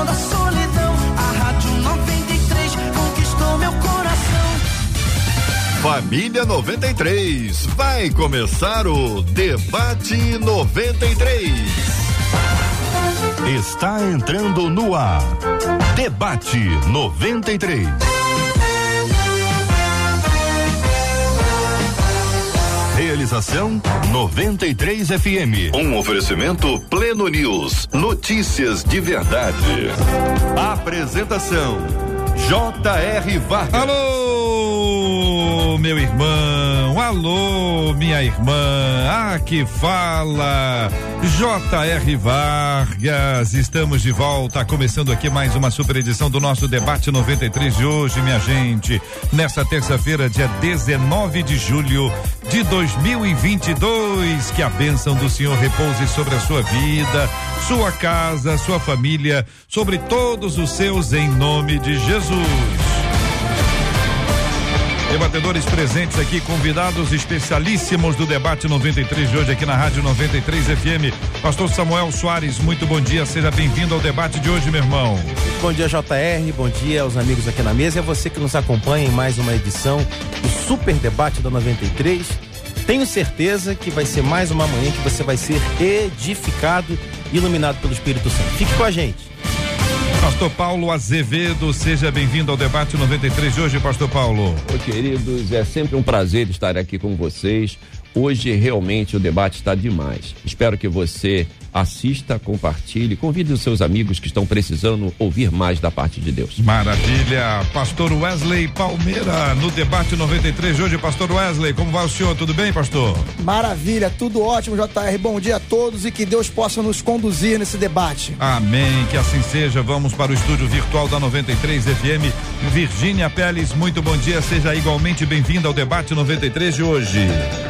som da solidão. A Rádio 93 conquistou meu coração. Família 93, vai começar o Debate 93. Está entrando no ar. Debate 93. Realização 93 FM. Um oferecimento Pleno News. Notícias de verdade. Apresentação J.R. Vargas. Alô, meu irmão, alô, minha irmã, aqui fala J.R. Vargas. Estamos de volta, começando aqui mais uma super edição do nosso Debate 93 de hoje, minha gente, nesta terça-feira, dia 19 de julho de 2022. Que a bênção do Senhor repouse sobre a sua vida, sua casa, sua família, sobre todos os seus, em nome de Jesus. Debatedores presentes aqui, convidados especialíssimos do Debate 93 de hoje aqui na Rádio 93 FM. Pastor Samuel Soares, muito bom dia, seja bem-vindo ao debate de hoje, meu irmão. Bom dia, JR, bom dia aos amigos aqui na mesa e a você que nos acompanha em mais uma edição do Super Debate da 93. Tenho certeza que vai ser mais uma manhã que você vai ser edificado e iluminado pelo Espírito Santo. Fique com a gente. Pastor Paulo Azevedo, seja bem-vindo ao Debate 93 de hoje, Pastor Paulo. Oi, queridos, é sempre um prazer estar aqui com vocês. Hoje realmente o debate está demais. Espero que você assista, compartilhe, convide os seus amigos que estão precisando ouvir mais da parte de Deus. Maravilha. Pastor Wesley Palmeira, no Debate 93 de hoje. Pastor Wesley, como vai o senhor? Tudo bem, pastor? Maravilha, tudo ótimo, JR. Bom dia a todos e que Deus possa nos conduzir nesse debate. Amém, que assim seja. Vamos para o estúdio virtual da 93 FM. Virgínia Peles, muito bom dia, seja igualmente bem-vinda ao Debate 93 de hoje.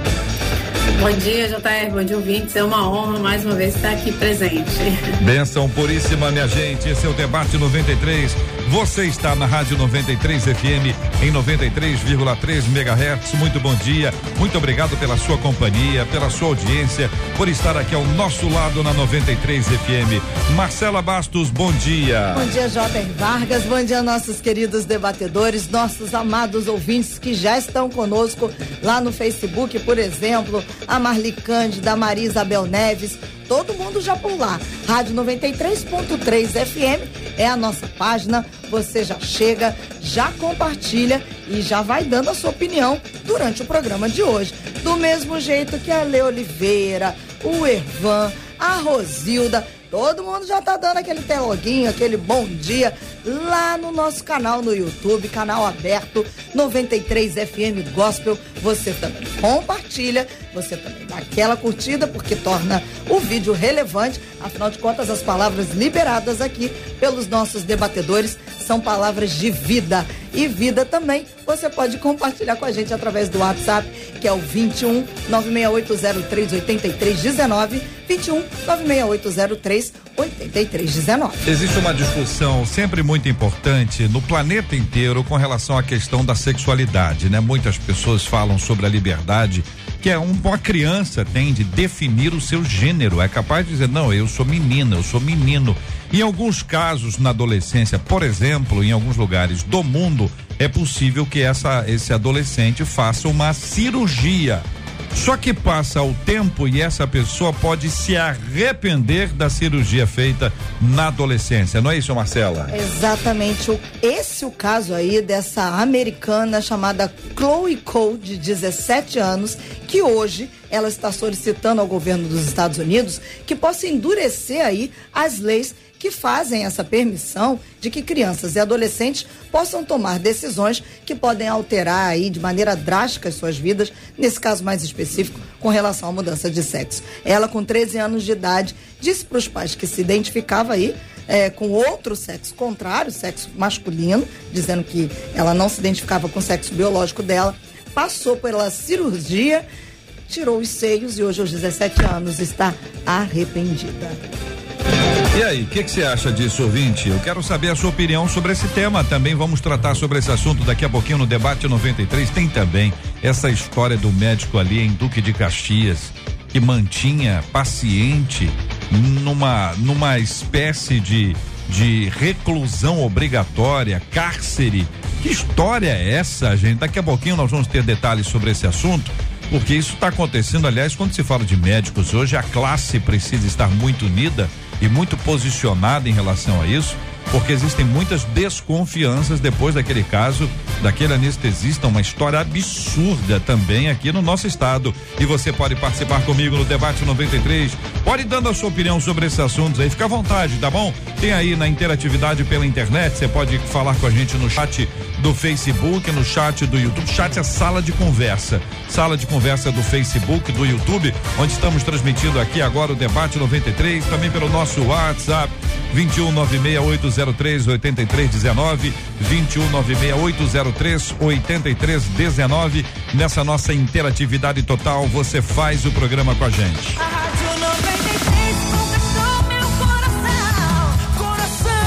Bom dia, JR, bom dia, ouvintes. É uma honra mais uma vez estar aqui presente. Bênção puríssima, minha gente. Esse é o Debate 93. Você está na Rádio 93 FM em 93,3 MHz. Muito bom dia. Muito obrigado pela sua companhia, pela sua audiência, por estar aqui ao nosso lado na 93 FM. Marcela Bastos, bom dia. Bom dia, J.R. Vargas. Bom dia, nossos queridos debatedores, nossos amados ouvintes que já estão conosco lá no Facebook, por exemplo, a Marli Cândida, a Maria Isabel Neves, todo mundo já por lá. Rádio 93.3 FM é a nossa página. Você já chega, já compartilha e já vai dando a sua opinião durante o programa de hoje. Do mesmo jeito que a Lê Oliveira, o Ervan, a Rosilda, todo mundo já tá dando aquele teloguinho, aquele bom dia lá no nosso canal no YouTube, canal aberto 93 FM Gospel. Você também compartilha, você também dá aquela curtida, porque torna o vídeo relevante. Afinal de contas, as palavras liberadas aqui pelos nossos debatedores são palavras de vida. E vida também você pode compartilhar com a gente através do WhatsApp, que é o 21 96803 8319, 21 96803 8319. Existe uma discussão sempre muito importante no planeta inteiro com relação à questão da sexualidade, né? Muitas pessoas falam sobre a liberdade que uma criança tem de definir o seu gênero, é capaz de dizer, não, eu sou menina, eu sou menino. Em alguns casos, na adolescência, por exemplo, em alguns lugares do mundo, é possível que esse adolescente faça uma cirurgia. Só que passa o tempo e essa pessoa pode se arrepender da cirurgia feita na adolescência, não é isso, Marcela? Exatamente, esse é o caso aí dessa americana chamada Chloe Cole, de 17 anos, que hoje ela está solicitando ao governo dos Estados Unidos que possa endurecer aí as leis que fazem essa permissão de que crianças e adolescentes possam tomar decisões que podem alterar aí de maneira drástica as suas vidas, nesse caso mais específico, com relação à mudança de sexo. Ela, com 13 anos de idade, disse para os pais que se identificava aí com outro sexo contrário, sexo masculino, dizendo que ela não se identificava com o sexo biológico dela, passou pela cirurgia, tirou os seios e hoje, aos 17 anos, está arrependida. E aí, o que você acha disso, ouvinte? Eu quero saber a sua opinião sobre esse tema. Também vamos tratar sobre esse assunto daqui a pouquinho no Debate 93. Tem também essa história do médico ali em Duque de Caxias, que mantinha paciente numa espécie de reclusão obrigatória, cárcere. Que história é essa, gente? Daqui a pouquinho nós vamos ter detalhes sobre esse assunto, porque isso está acontecendo, aliás, quando se fala de médicos hoje, a classe precisa estar muito unida e muito posicionada em relação a isso, porque existem muitas desconfianças depois daquele caso, daquele anestesista, uma história absurda também aqui no nosso estado. E você pode participar comigo no Debate 93, pode dando a sua opinião sobre esses assuntos aí, fica à vontade, tá bom? Tem aí na interatividade pela internet, você pode falar com a gente no chat do Facebook, no chat do YouTube. Chat é sala de conversa do Facebook, do YouTube, onde estamos transmitindo aqui agora o Debate 93, também pelo nosso WhatsApp 2196-803-8319, 2196-803-8319. Nessa nossa interatividade total, você faz o programa com a gente. A Rádio 93 conquistou meu coração.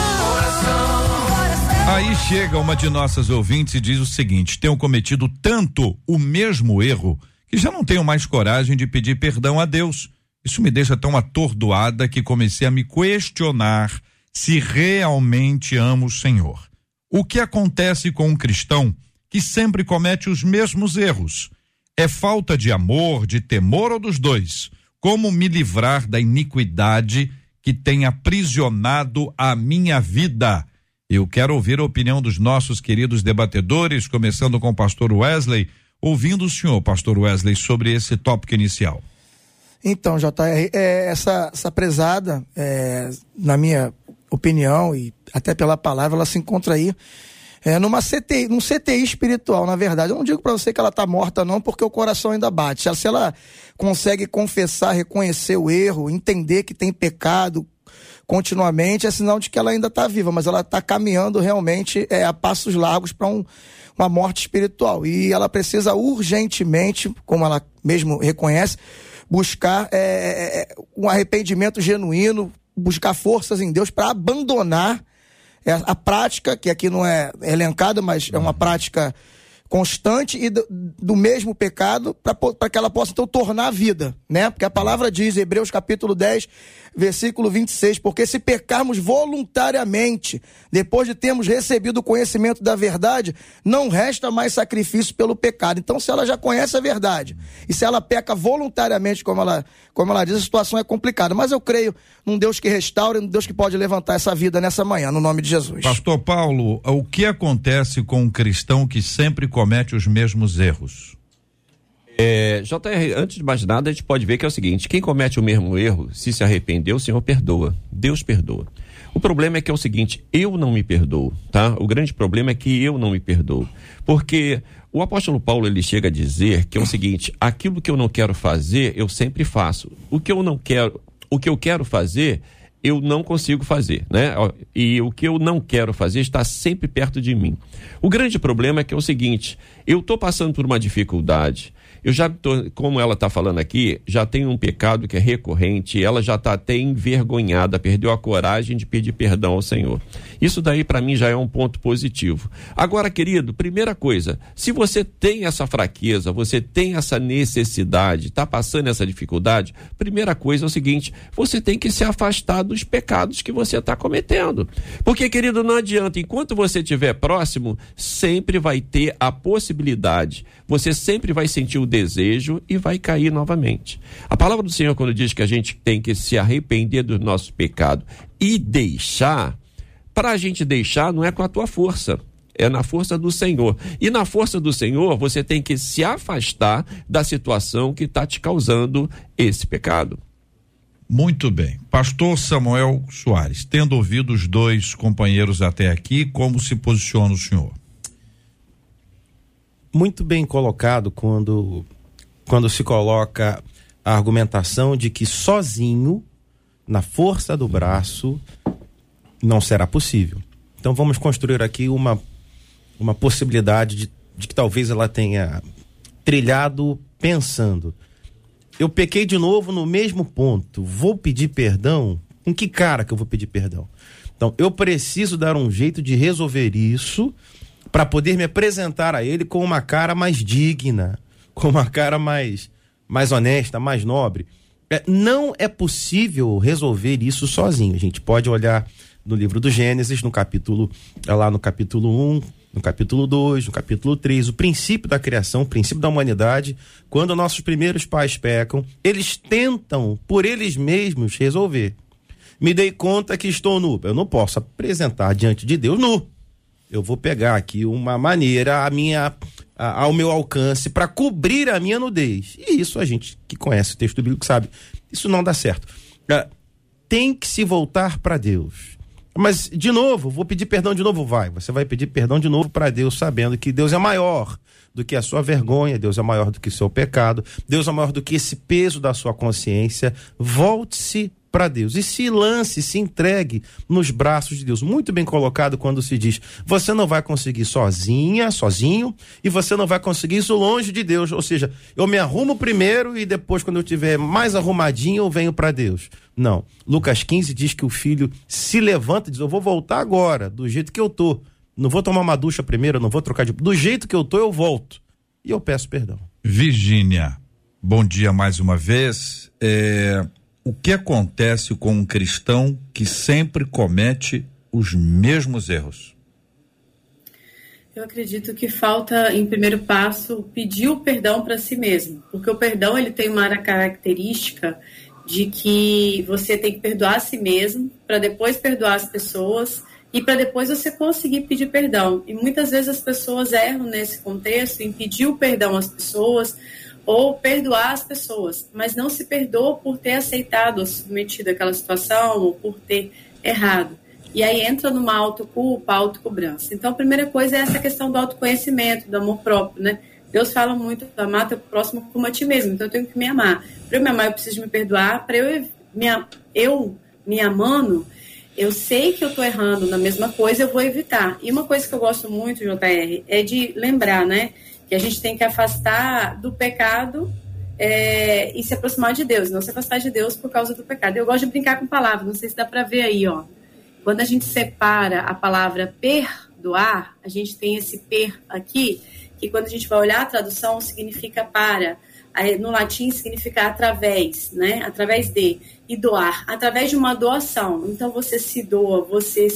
Aí chega uma de nossas ouvintes e diz o seguinte: tenho cometido tanto o mesmo erro que já não tenho mais coragem de pedir perdão a Deus. Isso me deixa tão atordoada que comecei a me questionar se realmente amo o Senhor. O que acontece com um cristão que sempre comete os mesmos erros? É falta de amor, de temor ou dos dois? Como me livrar da iniquidade que tem aprisionado a minha vida? Eu quero ouvir a opinião dos nossos queridos debatedores, começando com o pastor Wesley, ouvindo o senhor, pastor Wesley, sobre esse tópico inicial. Então, JR, essa prezada, na minha opinião e até pela palavra, ela se encontra aí num CTI espiritual, na verdade. Eu não digo para você que ela tá morta não, porque o coração ainda bate. Se ela consegue confessar, reconhecer o erro, entender que tem pecado continuamente, é sinal de que ela ainda está viva, mas ela está caminhando realmente a passos largos para uma morte espiritual. E ela precisa urgentemente, como ela mesmo reconhece, buscar um arrependimento genuíno, buscar forças em Deus para abandonar a prática, que aqui não é elencada, mas é uma prática constante e do mesmo pecado, para que ela possa então tornar a vida, né? Porque a palavra diz, Hebreus capítulo 10, versículo 26, porque se pecarmos voluntariamente, depois de termos recebido o conhecimento da verdade, não resta mais sacrifício pelo pecado. Então, se ela já conhece a verdade, e se ela peca voluntariamente, como ela diz, a situação é complicada. Mas eu creio num Deus que restaura, num Deus que pode levantar essa vida nessa manhã, no nome de Jesus. Pastor Paulo, o que acontece com um cristão que sempre comete os mesmos erros? JR, antes de mais nada, a gente pode ver que é o seguinte: quem comete o mesmo erro, se arrependeu, o Senhor perdoa, Deus perdoa. O problema é que é o seguinte: eu não me perdoo, tá? O grande problema é que eu não me perdoo, porque o apóstolo Paulo, ele chega a dizer que é o seguinte: aquilo que eu não quero fazer, eu sempre faço. O que eu quero fazer, eu não consigo fazer, né? E o que eu não quero fazer está sempre perto de mim. O grande problema é que é o seguinte: eu estou passando por uma dificuldade, eu já tô, como ela está falando aqui, já tem um pecado que é recorrente, ela já está até envergonhada, perdeu a coragem de pedir perdão ao Senhor. Isso daí para mim já é um ponto positivo. Agora, querido, primeira coisa, se você tem essa fraqueza, você tem essa necessidade, está passando essa dificuldade, primeira coisa é o seguinte: você tem que se afastar dos pecados que você está cometendo. Porque, querido, não adianta, enquanto você estiver próximo, sempre vai ter a possibilidade, você sempre vai sentir o desejo e vai cair novamente. A palavra do Senhor, quando diz que a gente tem que se arrepender do nosso pecado e deixar, para a gente deixar não é com a tua força, é na força do Senhor. E na força do Senhor, você tem que se afastar da situação que está te causando esse pecado. Muito bem. Pastor Samuel Soares, tendo ouvido os dois companheiros até aqui, como se posiciona o senhor? Muito bem colocado quando se coloca a argumentação de que sozinho, na força do braço, não será possível. Então vamos construir aqui uma possibilidade de que talvez ela tenha trilhado pensando: eu pequei de novo no mesmo ponto, vou pedir perdão? Com que cara que eu vou pedir perdão? Então eu preciso dar um jeito de resolver isso para poder me apresentar a ele com uma cara mais digna, com uma cara mais honesta, mais nobre. Não é possível resolver isso sozinho. A gente pode olhar no livro do Gênesis, no capítulo 1, no capítulo 2, no capítulo 3, o princípio da criação, o princípio da humanidade. Quando nossos primeiros pais pecam, eles tentam por eles mesmos resolver. Me dei conta que estou nu. Eu não posso apresentar diante de Deus nu. Eu vou pegar aqui uma maneira ao meu alcance para cobrir a minha nudez. E isso a gente que conhece o texto bíblico sabe. Isso não dá certo. Tem que se voltar para Deus. Mas, de novo, vou pedir perdão de novo, você vai pedir perdão de novo para Deus, sabendo que Deus é maior do que a sua vergonha, Deus é maior do que o seu pecado, Deus é maior do que esse peso da sua consciência. Volte-se para Deus e se entregue nos braços de Deus. Muito bem colocado quando se diz, você não vai conseguir sozinho, e você não vai conseguir isso longe de Deus. Ou seja, eu me arrumo primeiro e depois, quando eu tiver mais arrumadinho, eu venho para Deus. Não. Lucas 15 diz que o filho se levanta e diz, eu vou voltar agora, do jeito que eu tô. Não vou tomar uma ducha primeiro, não vou trocar do jeito que eu tô, eu volto. E eu peço perdão. Virgínia, bom dia mais uma vez. O que acontece com um cristão que sempre comete os mesmos erros? Eu acredito que falta, em primeiro passo, pedir o perdão para si mesmo, porque o perdão ele tem uma característica de que você tem que perdoar a si mesmo para depois perdoar as pessoas e para depois você conseguir pedir perdão. E muitas vezes as pessoas erram nesse contexto em pedir o perdão às pessoas ou perdoar as pessoas, mas não se perdoa por ter aceitado ou submetido àquela situação ou por ter errado. E aí entra numa autoculpa, autocobrança. Então a primeira coisa é essa questão do autoconhecimento, do amor próprio, né? Deus fala muito, amar teu próximo como a ti mesmo, então eu tenho que me amar. Para eu me amar, eu preciso me perdoar. Para eu me amando, eu sei que eu estou errando na mesma coisa, eu vou evitar. E uma coisa que eu gosto muito, JR, é de lembrar, né? Que a gente tem que afastar do pecado e se aproximar de Deus, não se afastar de Deus por causa do pecado. Eu gosto de brincar com palavras, não sei se dá para ver aí, ó. Quando a gente separa a palavra perdoar, a gente tem esse aqui, que quando a gente vai olhar a tradução significa para, aí, no latim significa através, né? Através de, e doar, através de uma doação. Então você se doa, você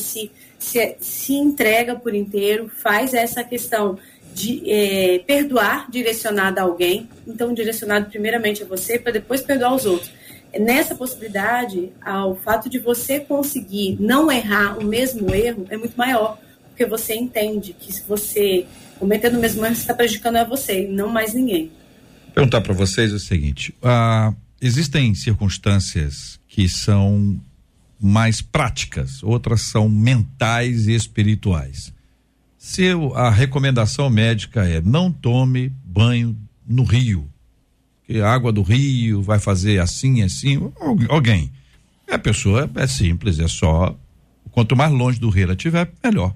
se entrega por inteiro, faz essa questão de perdoar direcionado a alguém, então direcionado primeiramente a você, para depois perdoar os outros. Nessa possibilidade, o fato de você conseguir não errar o mesmo erro é muito maior, porque você entende que se você cometendo o mesmo erro, você está prejudicando a você e não mais ninguém. Vou perguntar para vocês o seguinte, existem circunstâncias que são mais práticas, outras são mentais e espirituais. Se a recomendação médica é não tome banho no rio, que a água do rio vai fazer assim, alguém. A pessoa é simples, é só, quanto mais longe do rio ela estiver, melhor.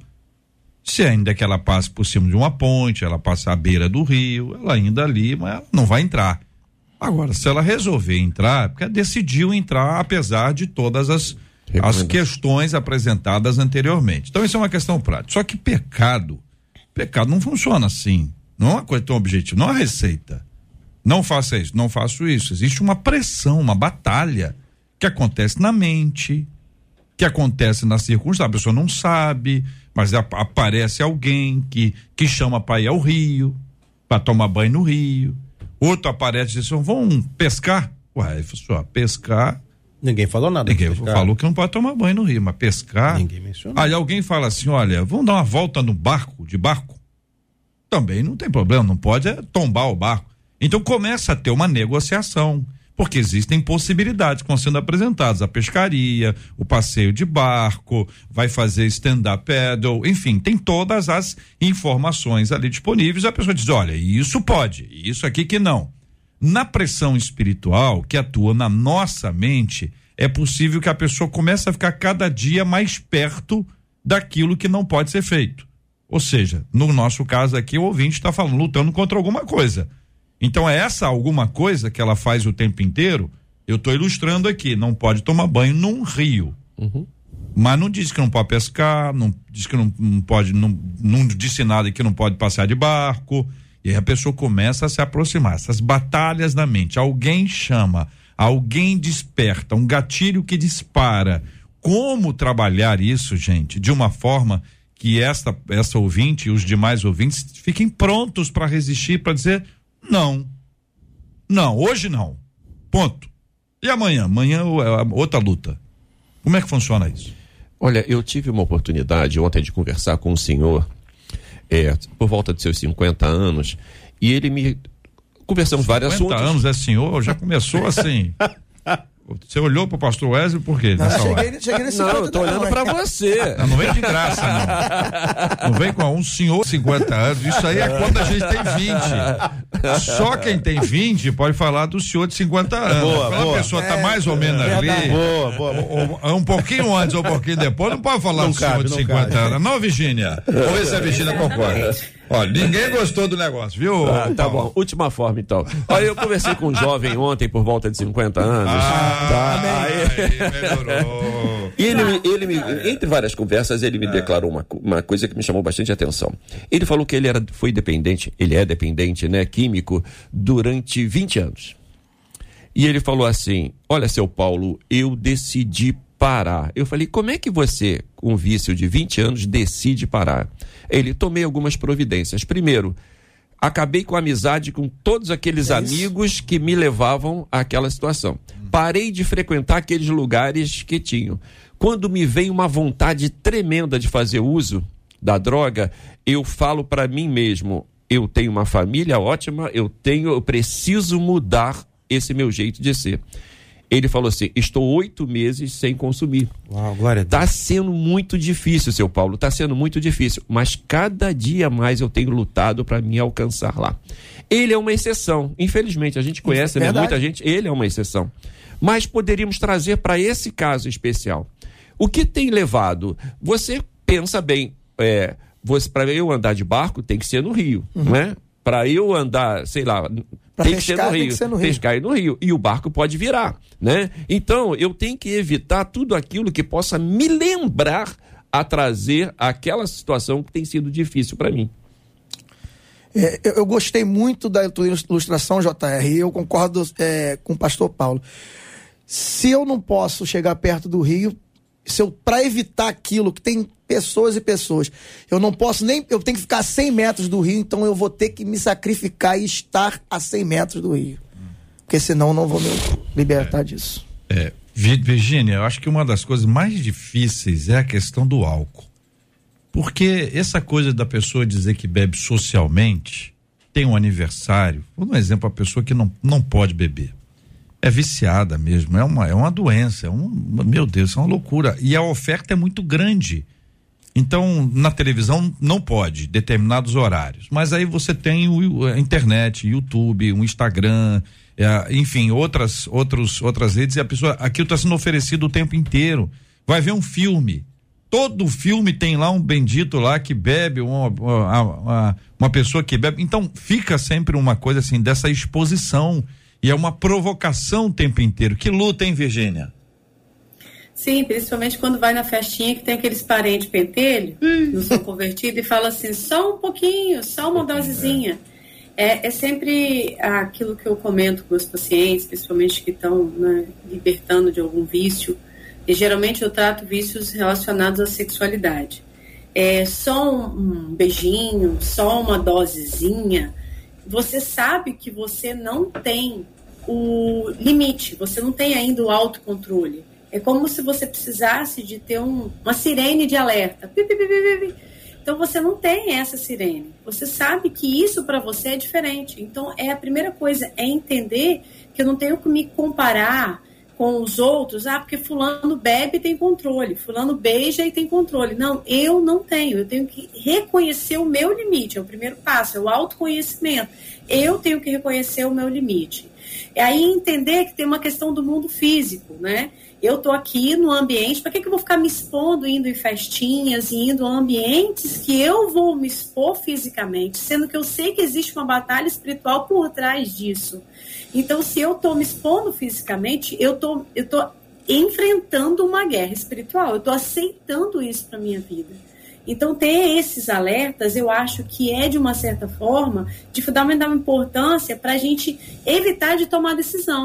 Se ainda que ela passe por cima de uma ponte, ela passa à beira do rio, ela ainda ali, mas ela não vai entrar. Agora, se ela resolver entrar, porque ela decidiu entrar apesar de todas as questões apresentadas anteriormente. Então isso é uma questão prática. Só que pecado não funciona assim. Não é uma coisa tão objetiva, não é uma receita. Não faça isso, não faço isso. Existe uma pressão, uma batalha que acontece na mente, que acontece na circunstância. A pessoa não sabe, mas aparece alguém que chama para ir ao rio, para tomar banho no rio. Outro aparece e diz, vamos pescar? Ué, pescar. Ninguém falou nada. Ninguém falou que não pode tomar banho no rio, mas pescar. Ninguém mencionou. Aí alguém fala assim, olha, vamos dar uma volta no barco, de barco. Também não tem problema, não pode tombar o barco. Então começa a ter uma negociação, porque existem possibilidades que vão sendo apresentadas, a pescaria, o passeio de barco, vai fazer stand-up paddle, enfim, tem todas as informações ali disponíveis, a pessoa diz, olha, isso pode, isso aqui que não. Na pressão espiritual que atua na nossa mente, é possível que a pessoa comece a ficar cada dia mais perto daquilo que não pode ser feito. Ou seja, no nosso caso aqui, o ouvinte está falando, lutando contra alguma coisa. Então é essa alguma coisa que ela faz o tempo inteiro, eu estou ilustrando aqui, não pode tomar banho num rio. Uhum. Mas não diz que não pode pescar, não diz que não pode, não disse nada que não pode passear de barco. E aí a pessoa começa a se aproximar, essas batalhas na mente. Alguém chama, alguém desperta, um gatilho que dispara. Como trabalhar isso, gente, de uma forma que essa ouvinte e os demais ouvintes fiquem prontos para resistir, para dizer não, hoje não, ponto. E amanhã? Amanhã é outra luta. Como é que funciona isso? Olha, eu tive uma oportunidade ontem de conversar com um senhor, por volta de seus 50 anos, e ele me... Conversamos vários assuntos. 50 anos é senhor, já começou assim... Você olhou pro pastor Wesley por quê? Cheguei nesse não, ponto, eu tô olhando pra você. Não vem de graça, não. Não vem com um senhor de 50 anos. Isso aí é quando a gente tem 20. Só quem tem 20 pode falar do senhor de 50 anos. Quando a pessoa tá mais ou menos ali. Um pouquinho antes ou um pouquinho depois, não pode falar do senhor de 50 anos. Não, Virgínia? Vamos ver se a Virgínia concorda. Olha, ninguém gostou do negócio, viu? Tá bom, última forma então. Olha, eu conversei com um jovem ontem por volta de 50 anos. Melhorou. E ele entre várias conversas, ele me declarou uma coisa que me chamou bastante atenção. Ele falou que ele é dependente, né, químico, durante 20 anos. E ele falou assim: olha, seu Paulo, eu decidi parar. Eu falei: como é que você, com um vício de 20 anos, decide parar? Ele: tomei algumas providências. Primeiro, acabei com a amizade com todos aqueles amigos que me levavam àquela situação. Parei de frequentar aqueles lugares que tinham. Quando me vem uma vontade tremenda de fazer uso da droga, eu falo para mim mesmo: eu tenho uma família ótima, eu preciso mudar esse meu jeito de ser. Ele falou assim: estou 8 meses sem consumir. Uau, glória a Deus. Tá sendo muito difícil, seu Paulo, tá sendo muito difícil, mas cada dia mais eu tenho lutado para me alcançar lá. Ele é uma exceção, infelizmente, a gente conhece, né, muita gente, ele é uma exceção. Mas poderíamos trazer para esse caso especial. O que tem levado? Você pensa bem, para eu andar de barco tem que ser no Rio, né? Para eu andar, sei lá, tem que ser no Rio. Pescar no Rio. E o barco pode virar, né? Então, eu tenho que evitar tudo aquilo que possa me lembrar a trazer aquela situação que tem sido difícil para mim. Eu gostei muito da tua ilustração, JR, e eu concordo com o pastor Paulo. Se eu não posso chegar perto do Rio, para evitar aquilo, que tem pessoas e pessoas, eu não posso eu tenho que ficar a 100 metros do Rio, então eu vou ter que me sacrificar e estar a 100 metros do Rio, porque senão eu não vou me libertar disso. Virgínia, eu acho que uma das coisas mais difíceis é a questão do álcool, porque essa coisa da pessoa dizer que bebe socialmente, tem um aniversário, por um exemplo, a pessoa que não pode beber, é viciada mesmo, é uma doença, meu Deus, é uma loucura, e a oferta é muito grande. Então, na televisão não pode, determinados horários, mas aí você tem a internet, YouTube, um Instagram, enfim, outras redes, e a pessoa, aquilo está sendo oferecido o tempo inteiro. Vai ver um filme, todo filme tem lá um bendito lá que bebe, uma pessoa que bebe, então fica sempre uma coisa assim, dessa exposição, e é uma provocação o tempo inteiro. Que luta, hein, Virgínia? Sim, principalmente quando vai na festinha que tem aqueles parentes pentelho, não são convertidos, e fala assim, só um pouquinho, só uma dosezinha. É sempre aquilo que eu comento com os pacientes, principalmente que estão, né, libertando de algum vício, e geralmente eu trato vícios relacionados à sexualidade. Só um beijinho, só uma dosezinha, você sabe que você não tem o limite, você não tem ainda o autocontrole. É como se você precisasse de ter uma sirene de alerta. Então você não tem essa sirene. Você sabe que isso para você é diferente. Então a primeira coisa é entender que eu não tenho que me comparar com os outros. Porque fulano bebe e tem controle. Fulano beija e tem controle. Não, eu não tenho. Eu tenho que reconhecer o meu limite. É o primeiro passo, é o autoconhecimento. Eu tenho que reconhecer o meu limite. E aí entender que tem uma questão do mundo físico, né? Eu estou aqui no ambiente, para que eu vou ficar me expondo, indo em festinhas, indo a ambientes que eu vou me expor fisicamente, sendo que eu sei que existe uma batalha espiritual por trás disso. Então, se eu estou me expondo fisicamente, eu tô enfrentando uma guerra espiritual, eu estou aceitando isso para minha vida. Então, ter esses alertas, eu acho que é, de uma certa forma, de fundamental importância para a gente evitar de tomar decisão.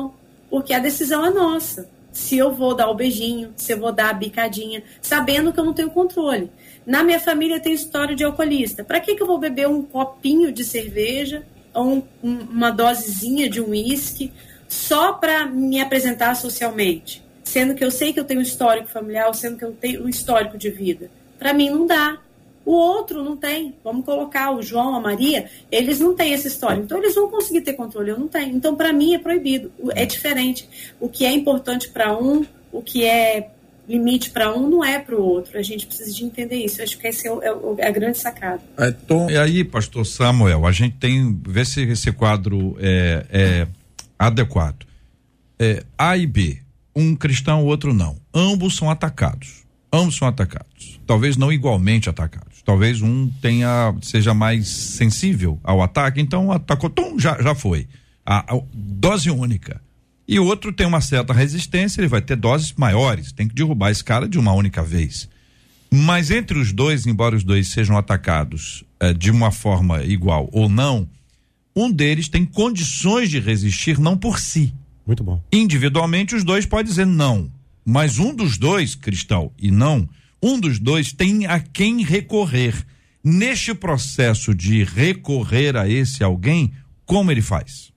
porque a decisão é nossa. Se eu vou dar o beijinho, se eu vou dar a bicadinha, sabendo que eu não tenho controle. Na minha família tem história de alcoolista. Para que eu vou beber um copinho de cerveja ou uma dosezinha de um uísque só para me apresentar socialmente? Sendo que eu sei que eu tenho um histórico familiar, sendo que eu tenho um histórico de vida. Para mim não dá. O outro não tem. Vamos colocar o João, a Maria, eles não têm essa história. Então, eles vão conseguir ter controle, eu não tenho. Então, para mim, é proibido. É diferente. O que é importante para um, o que é limite para um, não é para o outro. A gente precisa de entender isso. Eu acho que esse é a grande sacada. Então, e aí, pastor Samuel, a gente tem, vê se esse quadro é adequado. A e B, um cristão, o outro não. Ambos são atacados. Talvez não igualmente atacados. Talvez um seja mais sensível ao ataque, então atacou, já foi. A dose única. E o outro tem uma certa resistência, ele vai ter doses maiores, tem que derrubar esse cara de uma única vez. Mas entre os dois, embora os dois sejam atacados de uma forma igual ou não, um deles tem condições de resistir não por si. Muito bom. Individualmente os dois podem dizer não, mas um dos dois, Cristal, e não, um dos dois tem a quem recorrer. Neste processo de recorrer a esse alguém, como ele faz?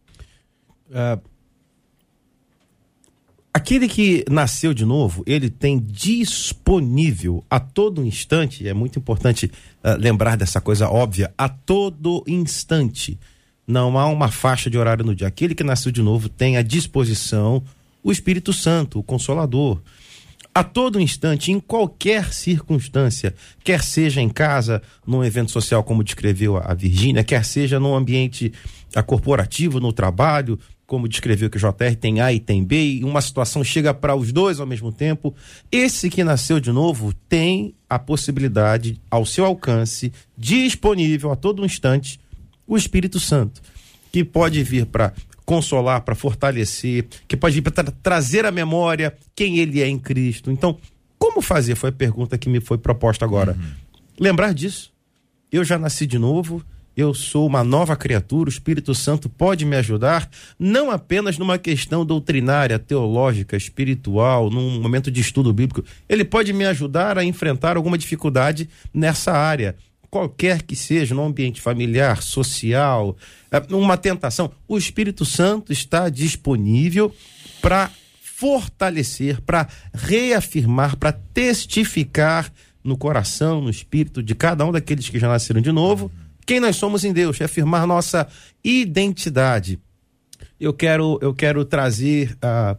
Aquele que nasceu de novo, ele tem disponível a todo instante, é muito importante lembrar dessa coisa óbvia, a todo instante. Não há uma faixa de horário no dia. Aquele que nasceu de novo tem à disposição o Espírito Santo, o Consolador. A todo instante, em qualquer circunstância, quer seja em casa, num evento social como descreveu a Virgínia, quer seja num ambiente corporativo, no trabalho, como descreveu que o JR tem A e tem B, e uma situação chega para os dois ao mesmo tempo, esse que nasceu de novo tem a possibilidade, ao seu alcance, disponível a todo instante, o Espírito Santo, que pode vir para consolar, para fortalecer, que pode vir para trazer à memória quem ele é em Cristo. Então, como fazer? Foi a pergunta que me foi proposta agora. Lembrar disso. Eu já nasci de novo, eu sou uma nova criatura, o Espírito Santo pode me ajudar, não apenas numa questão doutrinária, teológica, espiritual, num momento de estudo bíblico. Ele pode me ajudar a enfrentar alguma dificuldade nessa área, qualquer que seja, no ambiente familiar, social, uma tentação. O Espírito Santo está disponível para fortalecer, para reafirmar, para testificar no coração, no espírito de cada um daqueles que já nasceram de novo, quem nós somos em Deus, reafirmar nossa identidade. Eu quero trazer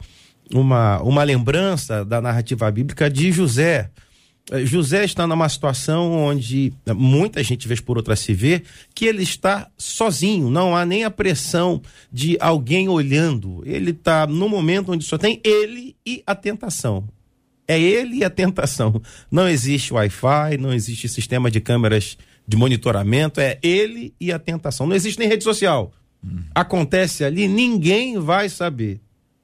uma lembrança da narrativa bíblica de José. José está numa situação onde muita gente, vez por outra, se vê que ele está sozinho, não há nem a pressão de alguém olhando. Ele está no momento onde só tem ele e a tentação. É ele e a tentação. Não existe Wi-Fi, não existe sistema de câmeras de monitoramento, é ele e a tentação. Não existe nem rede social. Acontece ali, ninguém vai saber.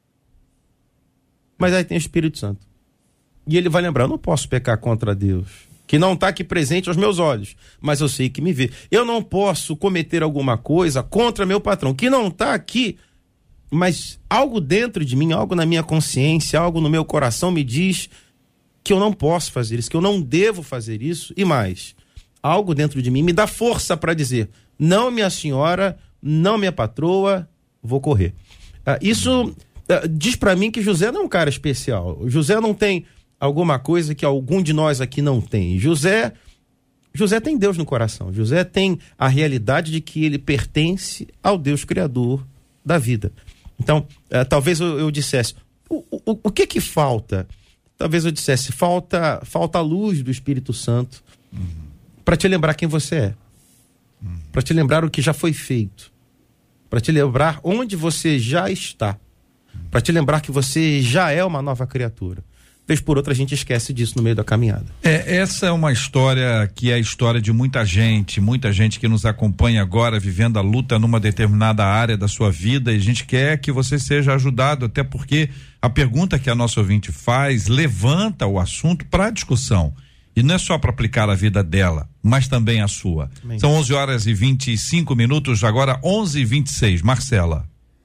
Mas aí tem o Espírito Santo. E ele vai lembrar, eu não posso pecar contra Deus, que não está aqui presente aos meus olhos, mas eu sei que me vê. Eu não posso cometer alguma coisa contra meu patrão, que não está aqui, mas algo dentro de mim, algo na minha consciência, algo no meu coração me diz que eu não posso fazer isso, que eu não devo fazer isso, e mais, algo dentro de mim me dá força para dizer, não, minha senhora, não, minha patroa, vou correr. Isso diz para mim que José não é um cara especial. José não tem alguma coisa que algum de nós aqui não tem. José tem Deus no coração. José tem a realidade de que ele pertence ao Deus Criador da vida. Então, talvez eu dissesse, o que falta? Talvez eu dissesse, falta a luz do Espírito Santo para te lembrar quem você é. Para te lembrar o que já foi feito. Para te lembrar onde você já está. Para te lembrar que você já é uma nova criatura. Vez por outra a gente esquece disso no meio da caminhada. Essa é uma história que é a história de muita gente que nos acompanha agora vivendo a luta numa determinada área da sua vida, e a gente quer que você seja ajudado, até porque a pergunta que a nossa ouvinte faz levanta o assunto para discussão, e não é só para aplicar a vida dela, mas também a sua. Amém. São 11h25, agora 11h26. Marcela.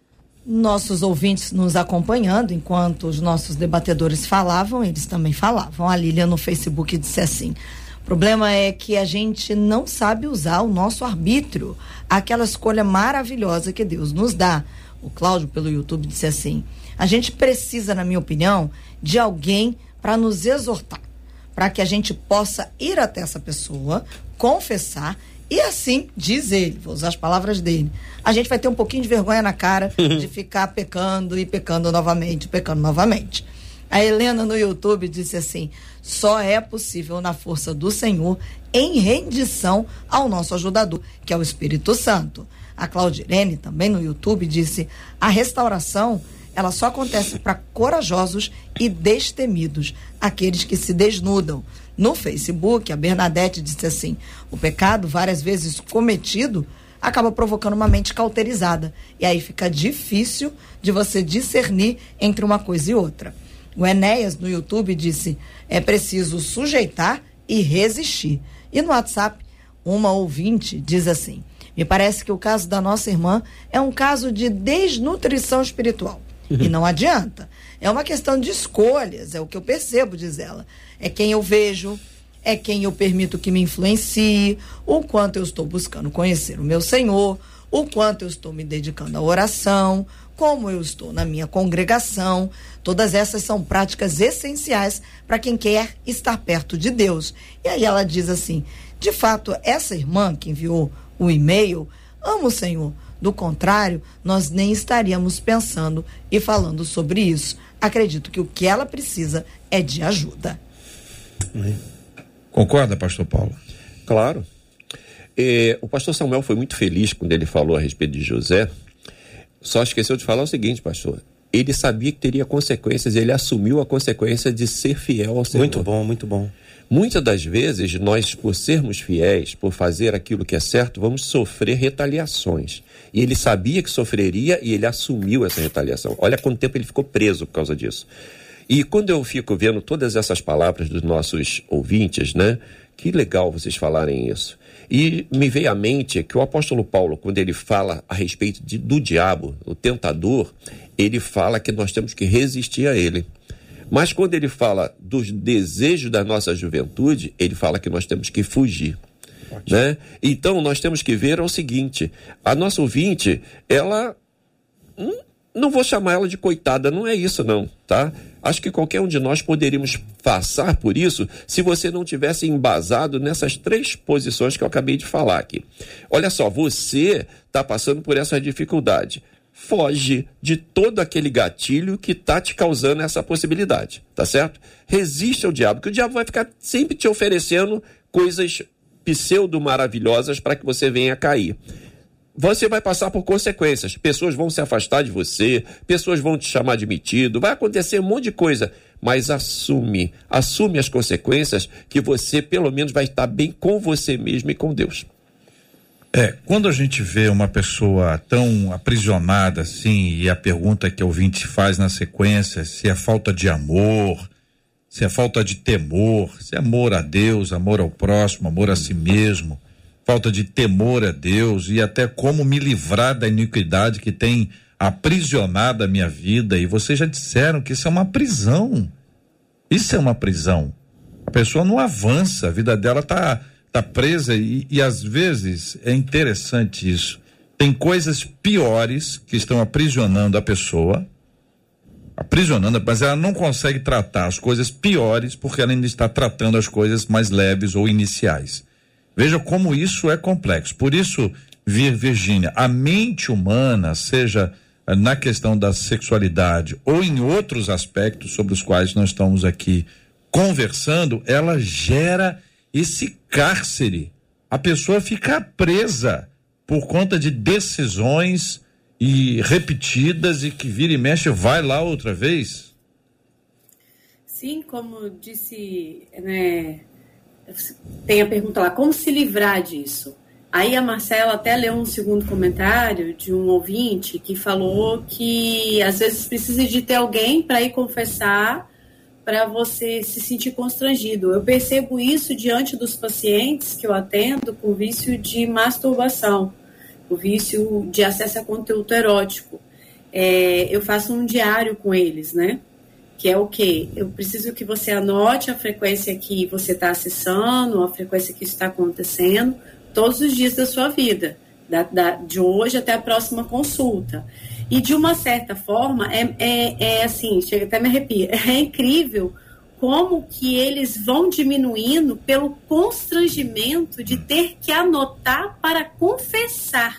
nossos ouvintes nos acompanhando, enquanto os nossos debatedores falavam, eles também falavam. A Lília no Facebook disse assim: o problema é que a gente não sabe usar o nosso arbítrio, aquela escolha maravilhosa que Deus nos dá. O Cláudio pelo YouTube disse assim: a gente precisa, na minha opinião, de alguém para nos exortar, para que a gente possa ir até essa pessoa, confessar. E assim, diz ele, vou usar as palavras dele, a gente vai ter um pouquinho de vergonha na cara de ficar pecando e pecando novamente. A Helena no YouTube disse assim: só é possível na força do Senhor, em rendição ao nosso ajudador, que é o Espírito Santo. A Claudirene, também no YouTube, disse: a restauração, ela só acontece para corajosos e destemidos, aqueles que se desnudam. No Facebook, a Bernadette disse assim: o pecado, várias vezes cometido, acaba provocando uma mente cauterizada. E aí fica difícil de você discernir entre uma coisa e outra. O Enéas, no YouTube, disse: é preciso sujeitar e resistir. E no WhatsApp, uma ouvinte diz assim: me parece que o caso da nossa irmã é um caso de desnutrição espiritual. E não adianta. É uma questão de escolhas, é o que eu percebo, diz ela. É quem eu vejo, é quem eu permito que me influencie, o quanto eu estou buscando conhecer o meu Senhor, o quanto eu estou me dedicando à oração, como eu estou na minha congregação. Todas essas são práticas essenciais para quem quer estar perto de Deus. E aí ela diz assim: de fato, essa irmã que enviou o e-mail ama o Senhor. Do contrário, nós nem estaríamos pensando e falando sobre isso. Acredito que o que ela precisa é de ajuda. Concorda, pastor Paulo? Claro. O pastor Samuel foi muito feliz quando ele falou a respeito de José. Só esqueceu de falar o seguinte, pastor: ele sabia que teria consequências, ele assumiu a consequência de ser fiel ao Senhor. Muito bom, muito bom. Muitas das vezes, nós, por sermos fiéis, por fazer aquilo que é certo, vamos sofrer retaliações. E ele sabia que sofreria e ele assumiu essa retaliação. Olha quanto tempo ele ficou preso por causa disso. E quando eu fico vendo todas essas palavras dos nossos ouvintes, né? Que legal vocês falarem isso. E me veio à mente que o apóstolo Paulo, quando ele fala a respeito do diabo, o tentador, ele fala que nós temos que resistir a ele. Mas quando ele fala dos desejos da nossa juventude, ele fala que nós temos que fugir. Né? Então nós temos que ver o seguinte: a nossa ouvinte, ela, não vou chamar ela de coitada, não é isso não, tá? Acho que qualquer um de nós poderíamos passar por isso se você não tivesse embasado nessas 3 posições que eu acabei de falar aqui. Olha só, você está passando por essa dificuldade. Foge de todo aquele gatilho que está te causando essa possibilidade, tá certo? Resiste ao diabo, que o diabo vai ficar sempre te oferecendo coisas pseudo-maravilhosas para que você venha cair. Você vai passar por consequências, pessoas vão se afastar de você, pessoas vão te chamar de metido, vai acontecer um monte de coisa, mas assume as consequências, que você pelo menos vai estar bem com você mesmo e com Deus. Quando a gente vê uma pessoa tão aprisionada assim, e a pergunta que o ouvinte faz na sequência, se é falta de amor, se é falta de temor, se é amor a Deus, amor ao próximo, amor a si mesmo, falta de temor a Deus, e até como me livrar da iniquidade que tem aprisionado a minha vida. E vocês já disseram que isso é uma prisão. Isso é uma prisão. A pessoa não avança, a vida dela tá presa e às vezes é interessante isso. Tem coisas piores que estão aprisionando a pessoa, mas ela não consegue tratar as coisas piores porque ela ainda está tratando as coisas mais leves ou iniciais. Veja como isso é complexo. Por isso, Virgínia, a mente humana, seja na questão da sexualidade ou em outros aspectos sobre os quais nós estamos aqui conversando, ela gera esse cárcere. A pessoa fica presa por conta de decisões e repetidas, e que vira e mexe, vai lá outra vez. Sim, como disse, né, tem a pergunta lá, como se livrar disso? Aí a Marcela até leu um segundo comentário de um ouvinte que falou que às vezes precisa de ter alguém para ir confessar, para você se sentir constrangido. Eu percebo isso diante dos pacientes que eu atendo com vício de masturbação, o vício de acesso a conteúdo erótico. eu faço um diário com eles, né? Que é o quê? Eu preciso que você anote a frequência que você está acessando, a frequência que isso está acontecendo, todos os dias da sua vida, de hoje até a próxima consulta. E de uma certa forma, assim, chega até me arrepia, é incrível como que eles vão diminuindo pelo constrangimento de ter que anotar para confessar.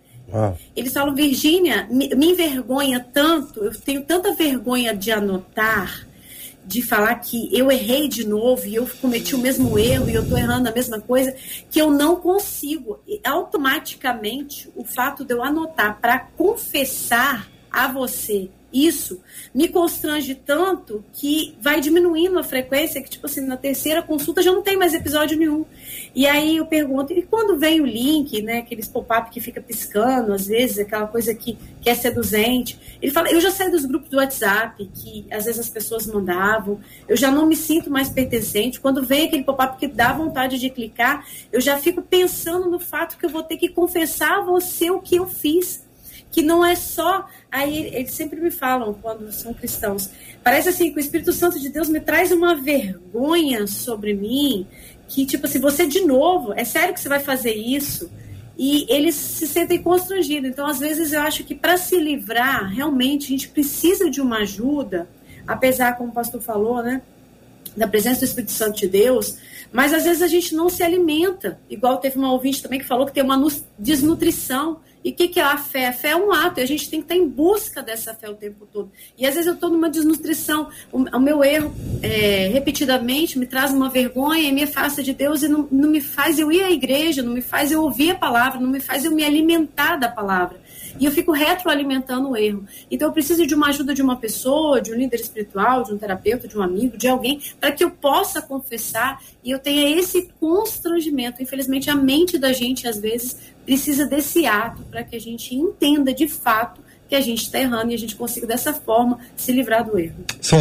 Eles falam, Virgínia, me envergonha tanto, eu tenho tanta vergonha de anotar, de falar que eu errei de novo e eu cometi o mesmo erro e eu estou errando a mesma coisa, que eu não consigo. E, automaticamente, o fato de eu anotar para confessar a você isso me constrange tanto que vai diminuindo a frequência, que tipo assim, na terceira consulta já não tem mais episódio nenhum. E aí eu pergunto, e quando vem o link, né, aqueles pop-up que fica piscando, às vezes, aquela coisa que é seduzente, ele fala, eu já saí dos grupos do WhatsApp, que às vezes as pessoas mandavam, eu já não me sinto mais pertencente, quando vem aquele pop-up que dá vontade de clicar, eu já fico pensando no fato que eu vou ter que confessar a você o que eu fiz. Que não é só... Aí eles sempre me falam, quando são cristãos, parece assim que o Espírito Santo de Deus me traz uma vergonha sobre mim, que tipo assim, você de novo, é sério que você vai fazer isso? E eles se sentem constrangidos. Então, às vezes, eu acho que para se livrar, realmente, a gente precisa de uma ajuda, apesar, como o pastor falou, né, da presença do Espírito Santo de Deus, mas às vezes a gente não se alimenta. Igual teve uma ouvinte também que falou que tem uma desnutrição. E o que é a fé? A fé é um ato, e a gente tem que estar em busca dessa fé o tempo todo. E às vezes eu estou numa desnutrição, o meu erro repetidamente me traz uma vergonha e me afasta de Deus e não me faz eu ir à igreja, não me faz eu ouvir a palavra, não me faz eu me alimentar da palavra. E eu fico retroalimentando o erro. Então eu preciso de uma ajuda de uma pessoa, de um líder espiritual, de um terapeuta, de um amigo, de alguém, para que eu possa confessar e eu tenha esse constrangimento. Infelizmente a mente da gente às vezes precisa desse ato para que a gente entenda de fato que a gente está errando e a gente consiga dessa forma se livrar do erro. São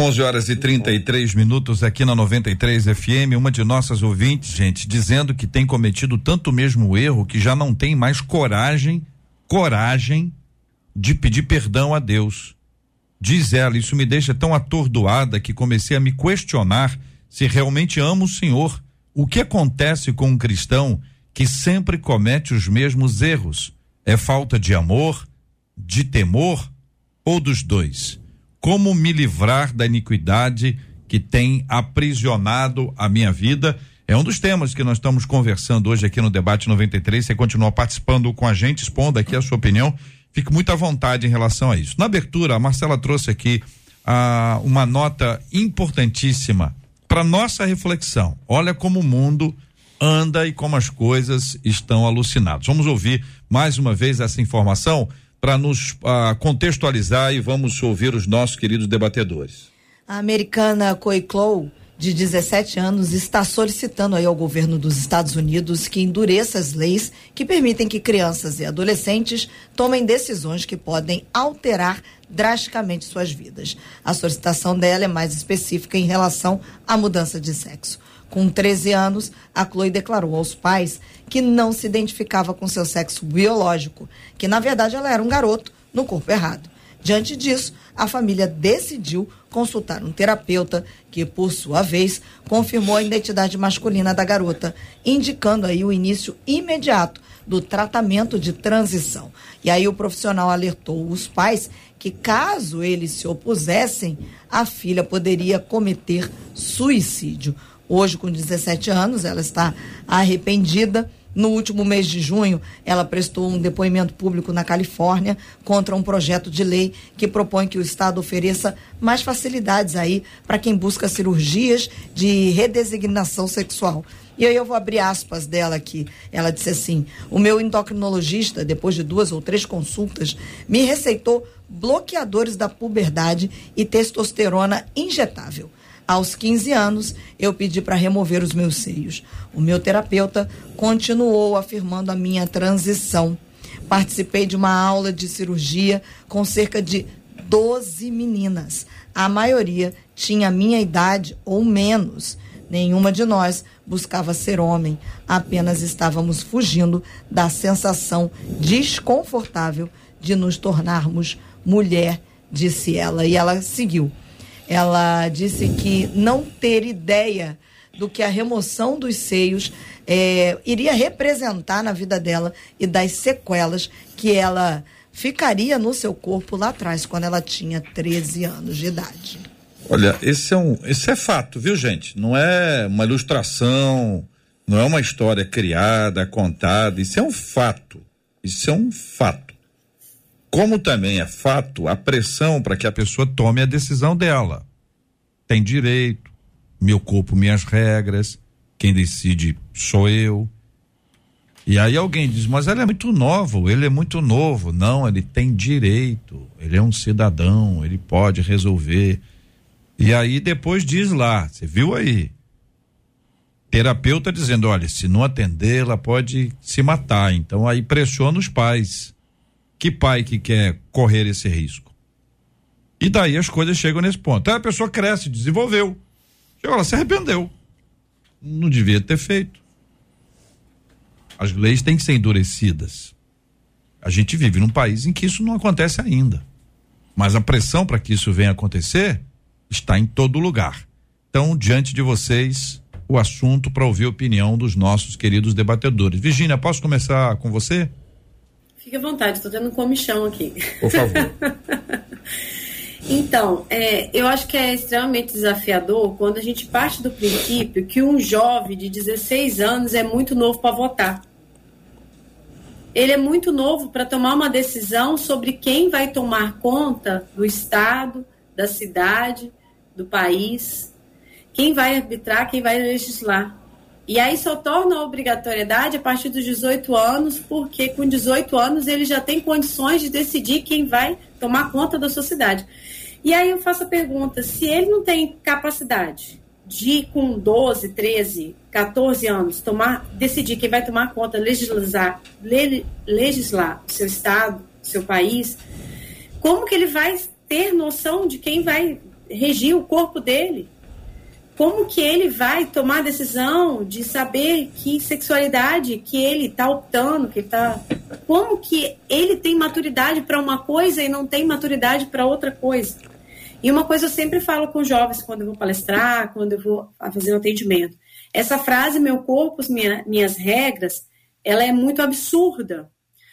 11h33 aqui na 93 FM, uma de nossas ouvintes, gente, dizendo que tem cometido tanto mesmo erro que já não tem mais coragem de pedir perdão a Deus. Diz ela, isso me deixa tão atordoada que comecei a me questionar se realmente amo o Senhor. O que acontece com um cristão que sempre comete os mesmos erros? É falta de amor, de temor ou dos dois? Como me livrar da iniquidade que tem aprisionado a minha vida? É um dos temas que nós estamos conversando hoje aqui no Debate 93. Você continua participando com a gente, expondo aqui a sua opinião. Fique muito à vontade em relação a isso. Na abertura, a Marcela trouxe aqui uma nota importantíssima para nossa reflexão. Olha como o mundo anda e como as coisas estão alucinadas. Vamos ouvir mais uma vez essa informação para nos contextualizar e vamos ouvir os nossos queridos debatedores. A americana Coy Clow, de 17 anos, está solicitando aí ao governo dos Estados Unidos que endureça as leis que permitem que crianças e adolescentes tomem decisões que podem alterar drasticamente suas vidas. A solicitação dela é mais específica em relação à mudança de sexo. Com 13 anos, a Chloe declarou aos pais que não se identificava com seu sexo biológico, que na verdade ela era um garoto no corpo errado. Diante disso, a família decidiu consultar um terapeuta que, por sua vez, confirmou a identidade masculina da garota, indicando aí o início imediato do tratamento de transição. E aí o profissional alertou os pais que, caso eles se opusessem, a filha poderia cometer suicídio. Hoje, com 17 anos, ela está arrependida. No último mês de junho, ela prestou um depoimento público na Califórnia contra um projeto de lei que propõe que o Estado ofereça mais facilidades aí para quem busca cirurgias de redesignação sexual. E aí eu vou abrir aspas dela aqui. Ela disse assim: o meu endocrinologista, depois de 2 ou 3 consultas, me receitou bloqueadores da puberdade e testosterona injetável. Aos 15 anos, eu pedi para remover os meus seios. O meu terapeuta continuou afirmando a minha transição. Participei de uma aula de cirurgia com cerca de 12 meninas. A maioria tinha a minha idade ou menos. Nenhuma de nós buscava ser homem. Apenas estávamos fugindo da sensação desconfortável de nos tornarmos mulher, disse ela, e ela seguiu. Ela disse que não ter ideia do que a remoção dos seios iria representar na vida dela e das sequelas que ela ficaria no seu corpo lá atrás, quando ela tinha 13 anos de idade. Olha, esse é fato, viu, gente? Não é uma ilustração, não é uma história criada, contada, isso é um fato. Isso é um fato. Como também é fato a pressão para que a pessoa tome a decisão dela. Tem direito, meu corpo, minhas regras, quem decide sou eu. E aí alguém diz, mas ele é muito novo, ele é muito novo. Não, ele tem direito, ele é um cidadão, ele pode resolver. E aí depois diz lá, você viu aí, terapeuta dizendo, olha, se não atender, ela pode se matar. Então aí pressiona os pais. Que pai que quer correr esse risco? E daí as coisas chegam nesse ponto. Aí a pessoa cresce, desenvolveu. Chegou lá, se arrependeu. Não devia ter feito. As leis têm que ser endurecidas. A gente vive num país em que isso não acontece ainda. Mas a pressão para que isso venha acontecer está em todo lugar. Então, diante de vocês, o assunto para ouvir a opinião dos nossos queridos debatedores. Virgínia, posso começar com você? Fique à vontade, estou tendo um comichão aqui. Por favor. Então, eu acho que é extremamente desafiador quando a gente parte do princípio que um jovem de 16 anos é muito novo para votar. Ele é muito novo para tomar uma decisão sobre quem vai tomar conta do estado, da cidade, do país, quem vai arbitrar, quem vai legislar. E aí só torna a obrigatoriedade a partir dos 18 anos, porque com 18 anos ele já tem condições de decidir quem vai tomar conta da sociedade. E aí eu faço a pergunta, se ele não tem capacidade de, com 12, 13, 14 anos, decidir quem vai tomar conta, legislar o seu estado, o seu país, como que ele vai ter noção de quem vai regir o corpo dele? Como que ele vai tomar a decisão de saber que sexualidade que ele está optando, como que ele tem maturidade para uma coisa e não tem maturidade para outra coisa? E uma coisa eu sempre falo com jovens quando eu vou palestrar, quando eu vou fazer um atendimento. Essa frase, meu corpo, minhas regras, ela é muito absurda.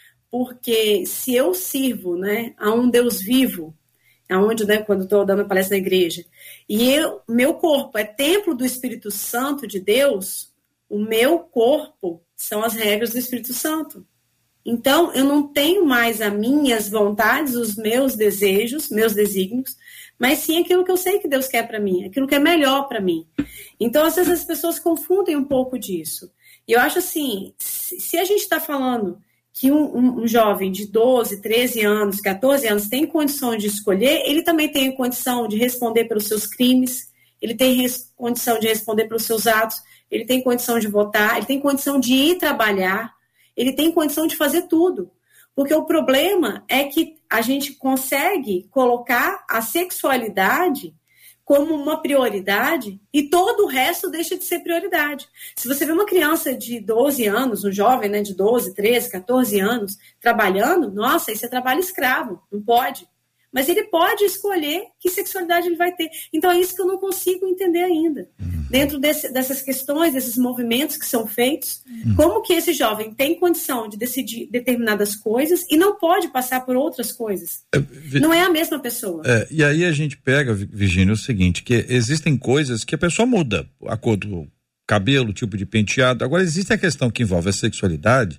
Porque se eu sirvo, né, a um Deus vivo, aonde, né, quando estou dando palestra na igreja, e meu corpo é templo do Espírito Santo de Deus, o meu corpo são as regras do Espírito Santo. Então, eu não tenho mais as minhas vontades, os meus desejos, meus desígnios, mas sim aquilo que eu sei que Deus quer para mim, aquilo que é melhor para mim. Então, às vezes as pessoas confundem um pouco disso. E eu acho assim, se a gente está falando que um jovem de 12, 13 anos, 14 anos tem condição de escolher, ele também tem condição de responder pelos seus crimes, ele tem condição de responder pelos seus atos, ele tem condição de votar, ele tem condição de ir trabalhar, ele tem condição de fazer tudo. Porque o problema é que a gente consegue colocar a sexualidade como uma prioridade e todo o resto deixa de ser prioridade. Se você vê uma criança de 12 anos, um jovem, né, de 12, 13, 14 anos, trabalhando, nossa, isso é trabalho escravo, não pode. Mas ele pode escolher que sexualidade ele vai ter. Então é isso que eu não consigo entender ainda. Dentro dessas questões, desses movimentos que são feitos, como que esse jovem tem condição de decidir determinadas coisas e não pode passar por outras coisas. Não é a mesma pessoa. E aí a gente pega, Virgínia, o seguinte, que existem coisas que a pessoa muda, a cor do cabelo, tipo de penteado. Agora existe a questão que envolve a sexualidade.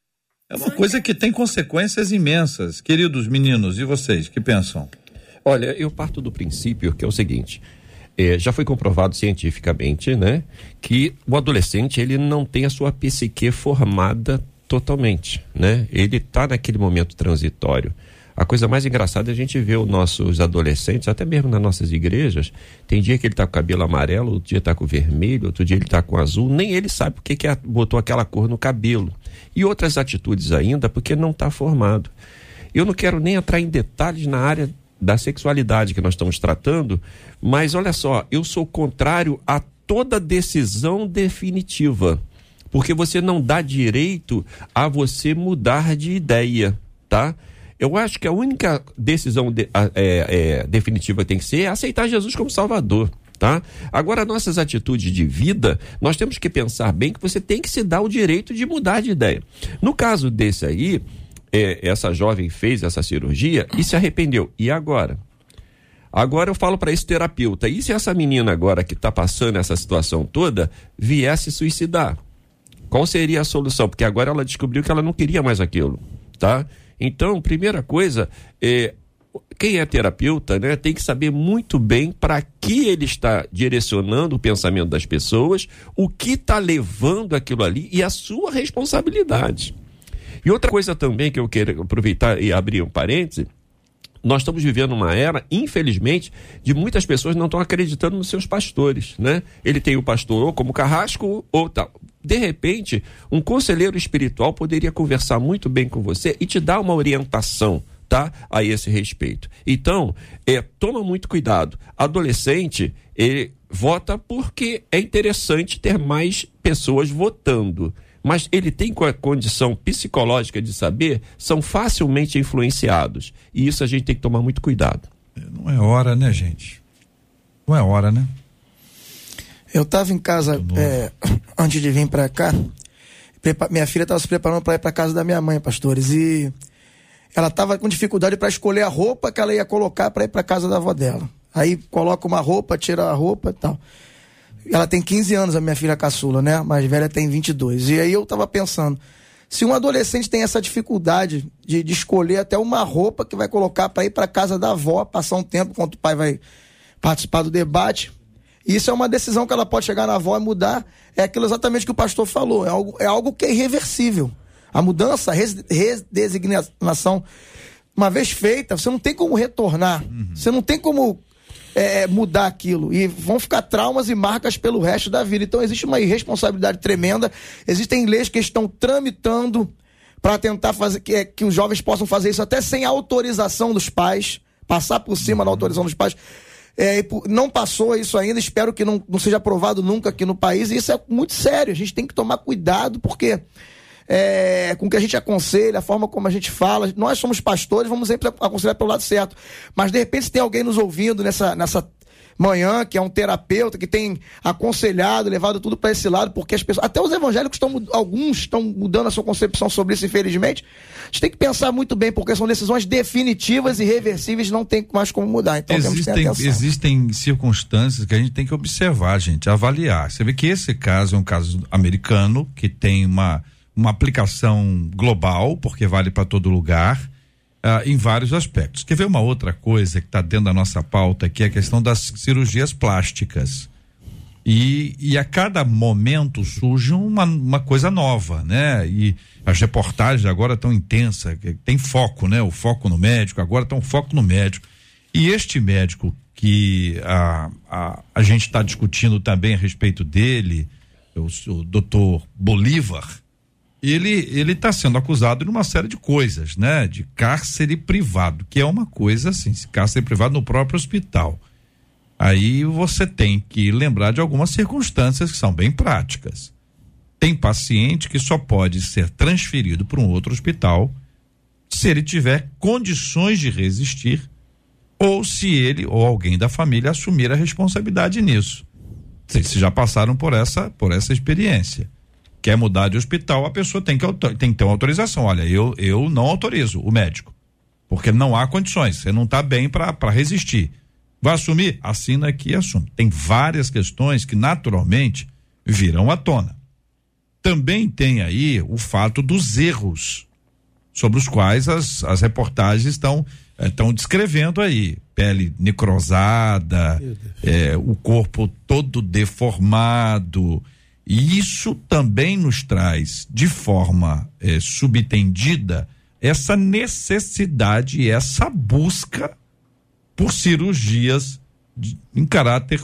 É uma coisa que tem consequências imensas. Queridos meninos, e vocês, que pensam? Olha, eu parto do princípio que é o seguinte, já foi comprovado cientificamente, né, que o adolescente, ele não tem a sua psique formada totalmente, né? Ele está naquele momento transitório. A coisa mais engraçada é a gente ver os nossos adolescentes, até mesmo nas nossas igrejas, tem dia que ele está com o cabelo amarelo, outro dia está com vermelho, outro dia ele está com azul, nem ele sabe porque que botou aquela cor no cabelo. E outras atitudes ainda, porque não está formado. Eu não quero nem entrar em detalhes na área da sexualidade que nós estamos tratando, mas olha só, eu sou contrário a toda decisão definitiva, porque você não dá direito a você mudar de ideia, tá? Eu acho que a única decisão definitiva que tem que ser é aceitar Jesus como Salvador. Tá? Agora, nossas atitudes de vida, nós temos que pensar bem que você tem que se dar o direito de mudar de ideia. No caso desse aí, essa jovem fez essa cirurgia e se arrependeu. E agora? Agora eu falo para esse terapeuta, e se essa menina agora que está passando essa situação toda viesse suicidar? Qual seria a solução? Porque agora ela descobriu que ela não queria mais aquilo, tá? Então, primeira coisa, quem é terapeuta, né, tem que saber muito bem para que ele está direcionando o pensamento das pessoas, o que está levando aquilo ali e a sua responsabilidade. E outra coisa também que eu quero aproveitar e abrir um parêntese, nós estamos vivendo uma era, infelizmente, de muitas pessoas não estão acreditando nos seus pastores, né? Ele tem o pastor ou como carrasco ou tal. De repente, um conselheiro espiritual poderia conversar muito bem com você e te dar uma orientação, tá? A esse respeito. Então, toma muito cuidado. Adolescente, ele vota porque é interessante ter mais pessoas votando. Mas ele tem a condição psicológica de saber, são facilmente influenciados. E isso a gente tem que tomar muito cuidado. Não é hora, né, gente? Não é hora, né? Eu estava em casa antes de vir para cá. Minha filha estava se preparando para ir para casa da minha mãe, pastores. E ela estava com dificuldade para escolher a roupa que ela ia colocar para ir para casa da avó dela. Aí coloca uma roupa, tira a roupa e tal. Ela tem 15 anos, a minha filha caçula, né? A mais velha tem 22. E aí eu tava pensando, se um adolescente tem essa dificuldade de escolher até uma roupa que vai colocar para ir para casa da avó, passar um tempo enquanto o pai vai participar do debate, isso é uma decisão que ela pode chegar na avó e mudar, é aquilo exatamente que o pastor falou, é algo que é irreversível. A mudança, a redesignação, uma vez feita, você não tem como retornar, você não tem como mudar aquilo, e vão ficar traumas e marcas pelo resto da vida. Então existe uma irresponsabilidade tremenda, existem leis que estão tramitando para tentar fazer que os jovens possam fazer isso até sem autorização dos pais, passar por cima da autorização dos pais. Não passou isso ainda, espero que não seja aprovado nunca aqui no país, e isso é muito sério, a gente tem que tomar cuidado, porque com o que a gente aconselha, a forma como a gente fala, nós somos pastores, vamos sempre aconselhar pelo lado certo, mas de repente se tem alguém nos ouvindo nessa manhã, que é um terapeuta, que tem aconselhado, levado tudo para esse lado, porque as pessoas, até os evangélicos alguns estão mudando a sua concepção sobre isso, infelizmente. A gente tem que pensar muito bem, porque são decisões definitivas e irreversíveis, não tem mais como mudar. Então existem circunstâncias que a gente tem que observar, gente, avaliar. Você vê que esse caso é um caso americano, que tem uma aplicação global, porque vale para todo lugar, em vários aspectos. Quer ver uma outra coisa que está dentro da nossa pauta, que é a questão das cirurgias plásticas. E a cada momento surge uma coisa nova, né? E as reportagens agora estão intensas, tem foco, né? O foco no médico, agora tem um foco no médico. E este médico que a gente está discutindo também a respeito dele, o doutor Bolívar, ele está sendo acusado de uma série de coisas, né? De cárcere privado, que é uma coisa assim, cárcere privado no próprio hospital. Aí você tem que lembrar de algumas circunstâncias que são bem práticas. Tem paciente que só pode ser transferido para um outro hospital se ele tiver condições de resistir, ou se ele ou alguém da família assumir a responsabilidade nisso. Vocês já passaram por essa experiência. Quer mudar de hospital, a pessoa tem que ter uma autorização. Olha, eu não autorizo o médico, porque não há condições, você não está bem para resistir. Vai assumir? Assina aqui e assume. Tem várias questões que naturalmente virão à tona. Também tem aí o fato dos erros sobre os quais as reportagens estão descrevendo aí. Pele necrosada, o corpo todo deformado. E isso também nos traz, de forma subentendida, essa necessidade e essa busca por cirurgias em caráter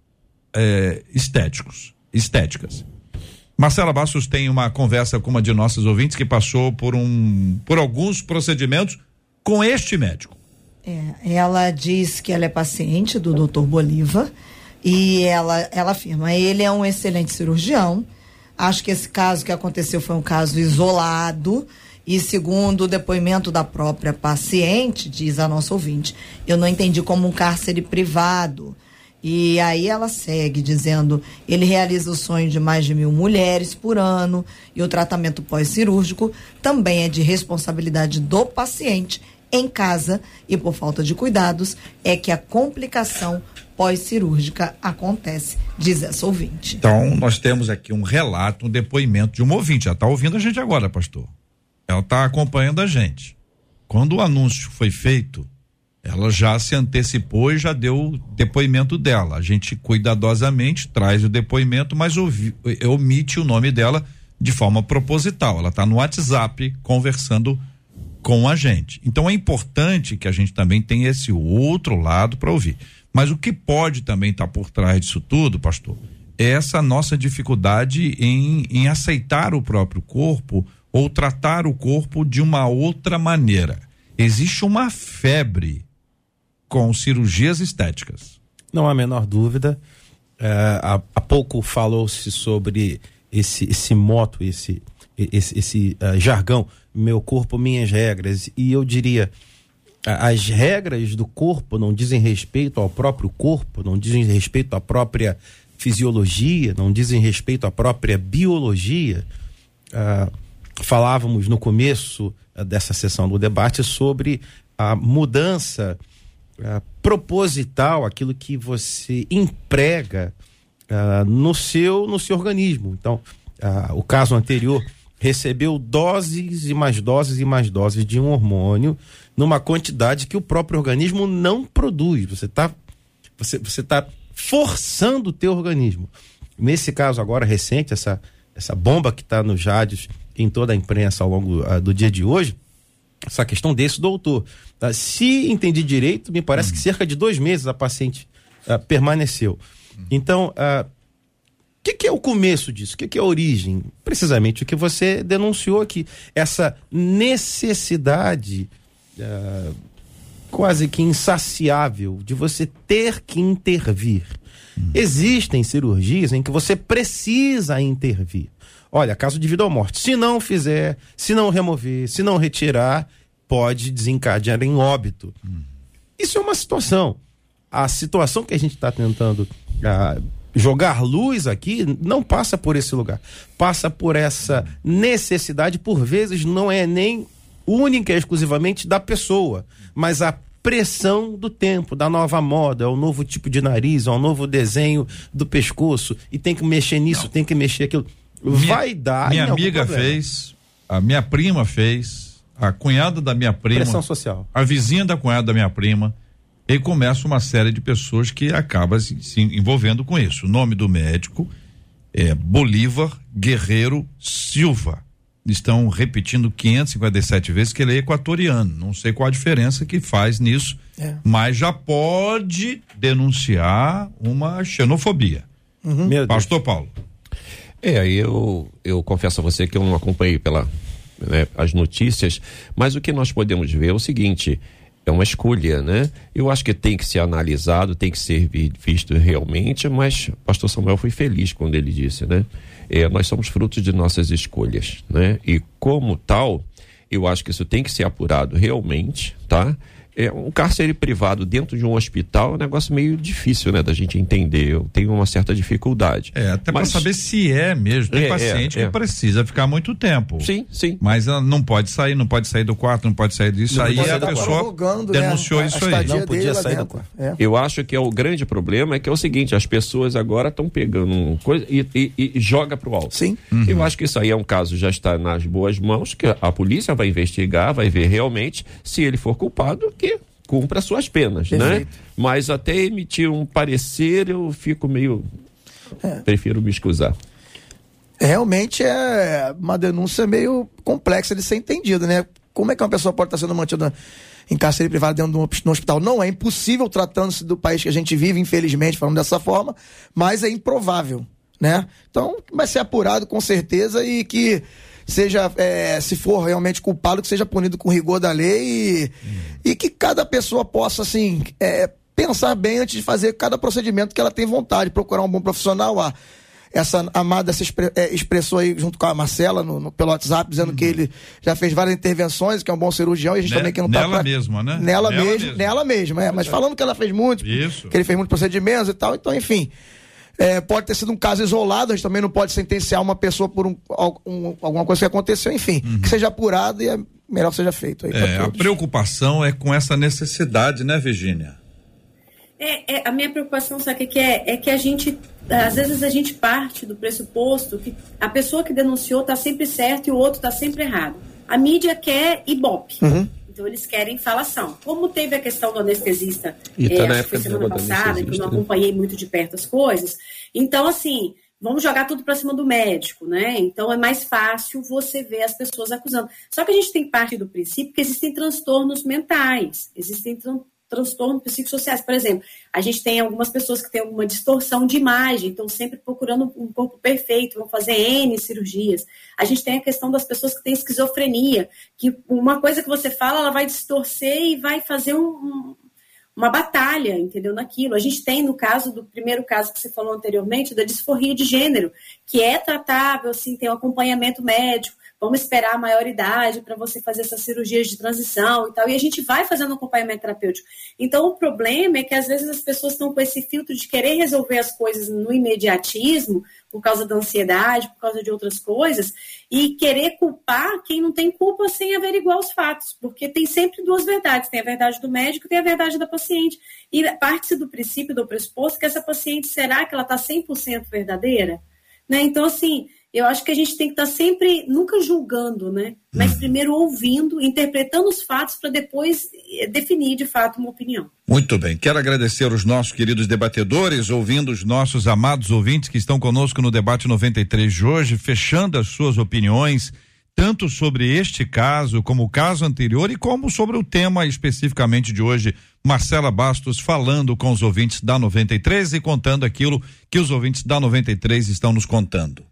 estéticas. Marcela Bastos tem uma conversa com uma de nossas ouvintes que passou por alguns procedimentos com este médico. Ela diz que ela é paciente do Dr. Bolívar. E ela afirma, ele é um excelente cirurgião, acho que esse caso que aconteceu foi um caso isolado E segundo o depoimento da própria paciente, diz a nossa ouvinte, eu não entendi como um cárcere privado. E aí ela segue dizendo, ele realiza o sonho de mais de 1.000 mulheres por ano e o tratamento pós-cirúrgico também é de responsabilidade do paciente em casa e por falta de cuidados é que a complicação pós-cirúrgica acontece, diz essa ouvinte. Então, nós temos aqui um relato, um depoimento de uma ouvinte, já está ouvindo a gente agora, pastor. Ela está acompanhando a gente. Quando o anúncio foi feito, ela já se antecipou e já deu o depoimento dela. A gente cuidadosamente traz o depoimento, mas omite o nome dela de forma proposital. Ela está no WhatsApp conversando com a gente. Então é importante que a gente também tenha esse outro lado para ouvir. Mas o que pode também estar por trás disso tudo, pastor, é essa nossa dificuldade em aceitar o próprio corpo ou tratar o corpo de uma outra maneira. Existe uma febre com cirurgias estéticas. Não há a menor dúvida. Há pouco falou-se sobre esse moto, esse jargão, meu corpo, minhas regras, e eu diria, as regras do corpo não dizem respeito ao próprio corpo, não dizem respeito à própria fisiologia, não dizem respeito à própria biologia. Falávamos no começo dessa sessão do debate sobre a mudança proposital, aquilo que você emprega no seu organismo. Então, o caso anterior recebeu doses e mais doses e mais doses de um hormônio numa quantidade que o próprio organismo não produz. Você tá forçando o teu organismo. Nesse caso agora recente, essa bomba que está nos rádios, em toda a imprensa ao longo do dia de hoje, essa questão desse doutor. Se entendi direito, me parece que cerca de 2 meses a paciente permaneceu. Então, o que é o começo disso? O que é a origem? Precisamente o que você denunciou aqui. Essa necessidade quase que insaciável de você ter que intervir. Existem cirurgias em que você precisa intervir. Olha, caso de vida ou morte. Se não fizer, se não remover, se não retirar, pode desencadear em óbito. Isso é uma situação. A situação que a gente está tentando jogar luz aqui não passa por esse lugar. Passa por essa necessidade, por vezes não é nem única e exclusivamente da pessoa, mas a pressão do tempo, da nova moda, é o novo tipo de nariz, é o novo desenho do pescoço, e tem que mexer nisso, tem que mexer aquilo. Vai dar. Minha amiga fez, a minha prima fez, a cunhada da minha prima, pressão social, a vizinha da cunhada da minha prima, e começa uma série de pessoas que acabam se envolvendo com isso. O nome do médico é Bolívar Guerreiro Silva. Estão repetindo 557 vezes que ele é equatoriano. Não sei qual a diferença que faz nisso, mas já pode denunciar uma xenofobia. Pastor Paulo. Eu confesso a você que eu não acompanhei as notícias, mas o que nós podemos ver é o seguinte: é uma escolha, né? Eu acho que tem que ser analisado, tem que ser visto realmente, mas o pastor Samuel foi feliz quando ele disse, né? Nós somos frutos de nossas escolhas, né? E como tal, eu acho que isso tem que ser apurado realmente, tá? Um cárcere privado dentro de um hospital é um negócio meio difícil, né, da gente entender. Eu tenho uma certa dificuldade. Até para saber se é mesmo. Tem paciente que precisa ficar muito tempo. Sim. Mas ela não pode sair do quarto, não pode sair disso. Aí a pessoa denunciou isso aí. Não podia sair do quarto. Eu acho que o grande problema é que é o seguinte: as pessoas agora estão pegando coisa e joga pro alto. Sim. Eu acho que isso aí é um caso, já está nas boas mãos, que a polícia vai investigar, vai ver realmente se ele for culpado, que cumpra suas penas, né? Mas até emitir um parecer eu fico meio... prefiro me excusar. Realmente é uma denúncia meio complexa de ser entendida, né? Como é que uma pessoa pode estar sendo mantida em cárcere privado dentro de um hospital? Não é impossível, tratando-se do país que a gente vive, infelizmente, falando dessa forma, mas é improvável, né? Então, vai ser apurado com certeza, e que seja, se for realmente culpado, que seja punido com rigor da lei, e que cada pessoa possa, assim, pensar bem antes de fazer cada procedimento que ela tem vontade, procurar um bom profissional. essa amada expressou aí junto com a Marcela pelo WhatsApp, dizendo que ele já fez várias intervenções, que é um bom cirurgião, e a gente também que não tá... Nela mesma, né? Nela mesma, mas falando que ela fez muito, isso, que ele fez muitos procedimentos e tal, então, enfim... pode ter sido um caso isolado, a gente também não pode sentenciar uma pessoa por alguma coisa que aconteceu, enfim, que seja apurado e é melhor que seja feito. Aí a preocupação é com essa necessidade, né, Virgínia? A minha preocupação, sabe o que é? É que a gente, às vezes a gente parte do pressuposto que a pessoa que denunciou está sempre certa e o outro está sempre errado. A mídia quer ibope. Então eles querem falação. Como teve a questão do anestesista, acho que foi semana passada, que eu não acompanhei muito de perto as coisas. Então, assim, vamos jogar tudo para cima do médico, né? Então é mais fácil você ver as pessoas acusando. Só que a gente tem que partir do princípio que existem transtornos mentais, existem transtornos psicossociais. Por exemplo, a gente tem algumas pessoas que têm alguma distorção de imagem, estão sempre procurando um corpo perfeito, vão fazer N cirurgias. A gente tem a questão das pessoas que têm esquizofrenia, que uma coisa que você fala, ela vai distorcer e vai fazer uma batalha, entendeu, naquilo. A gente tem, no caso do primeiro caso que você falou anteriormente, da disforia de gênero, que é tratável, assim, tem um acompanhamento médico, vamos esperar a maioridade para você fazer essas cirurgias de transição e tal, e a gente vai fazendo um acompanhamento terapêutico. Então, o problema é que, às vezes, as pessoas estão com esse filtro de querer resolver as coisas no imediatismo, por causa da ansiedade, por causa de outras coisas, e querer culpar quem não tem culpa sem averiguar os fatos, porque tem sempre duas verdades, tem a verdade do médico e tem a verdade da paciente. E parte-se do princípio, do pressuposto, que essa paciente, será que ela está 100% verdadeira? Né? Então, assim... Eu acho que a gente tem que estar sempre, nunca julgando, né? Mas primeiro ouvindo, interpretando os fatos para depois definir de fato uma opinião. Muito bem, quero agradecer os nossos queridos debatedores, ouvindo os nossos amados ouvintes que estão conosco no debate 93 de hoje, fechando as suas opiniões, tanto sobre este caso, como o caso anterior e como sobre o tema especificamente de hoje. Marcela Bastos falando com os ouvintes da 93 e contando aquilo que os ouvintes da 93 estão nos contando.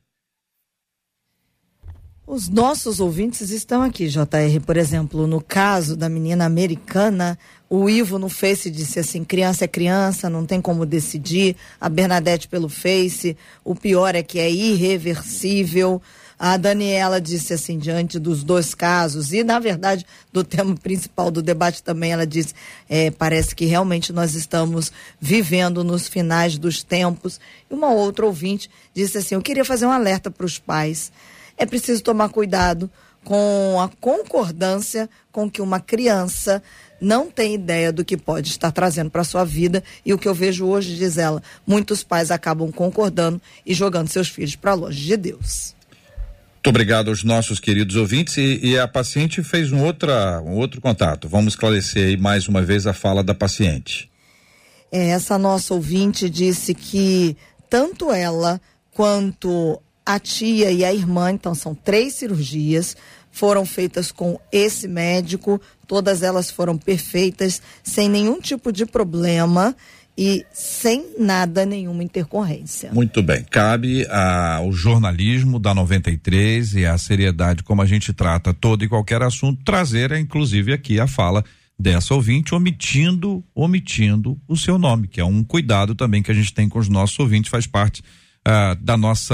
Os nossos ouvintes estão aqui, JR. Por exemplo, no caso da menina americana, o Ivo no Face disse assim, criança é criança, não tem como decidir. A Bernadette pelo Face, o pior é que é irreversível. A Daniela disse assim, diante dos dois casos, e na verdade do tema principal do debate também, ela disse, parece que realmente nós estamos vivendo nos finais dos tempos. E uma outra ouvinte disse assim, eu queria fazer um alerta para os pais. É preciso tomar cuidado com a concordância com que uma criança não tem ideia do que pode estar trazendo para a sua vida. E o que eu vejo hoje, diz ela, muitos pais acabam concordando e jogando seus filhos para longe de Deus. Muito obrigado aos nossos queridos ouvintes e a paciente fez um outro contato. Vamos esclarecer aí mais uma vez a fala da paciente. Essa nossa ouvinte disse que tanto ela quanto a tia e a irmã, então são 3 cirurgias, foram feitas com esse médico, todas elas foram perfeitas, sem nenhum tipo de problema e sem nenhuma intercorrência. Muito bem, cabe ao jornalismo da 93 e a seriedade como a gente trata todo e qualquer assunto, trazer inclusive aqui a fala dessa ouvinte, omitindo o seu nome, que é um cuidado também que a gente tem com os nossos ouvintes, faz parte da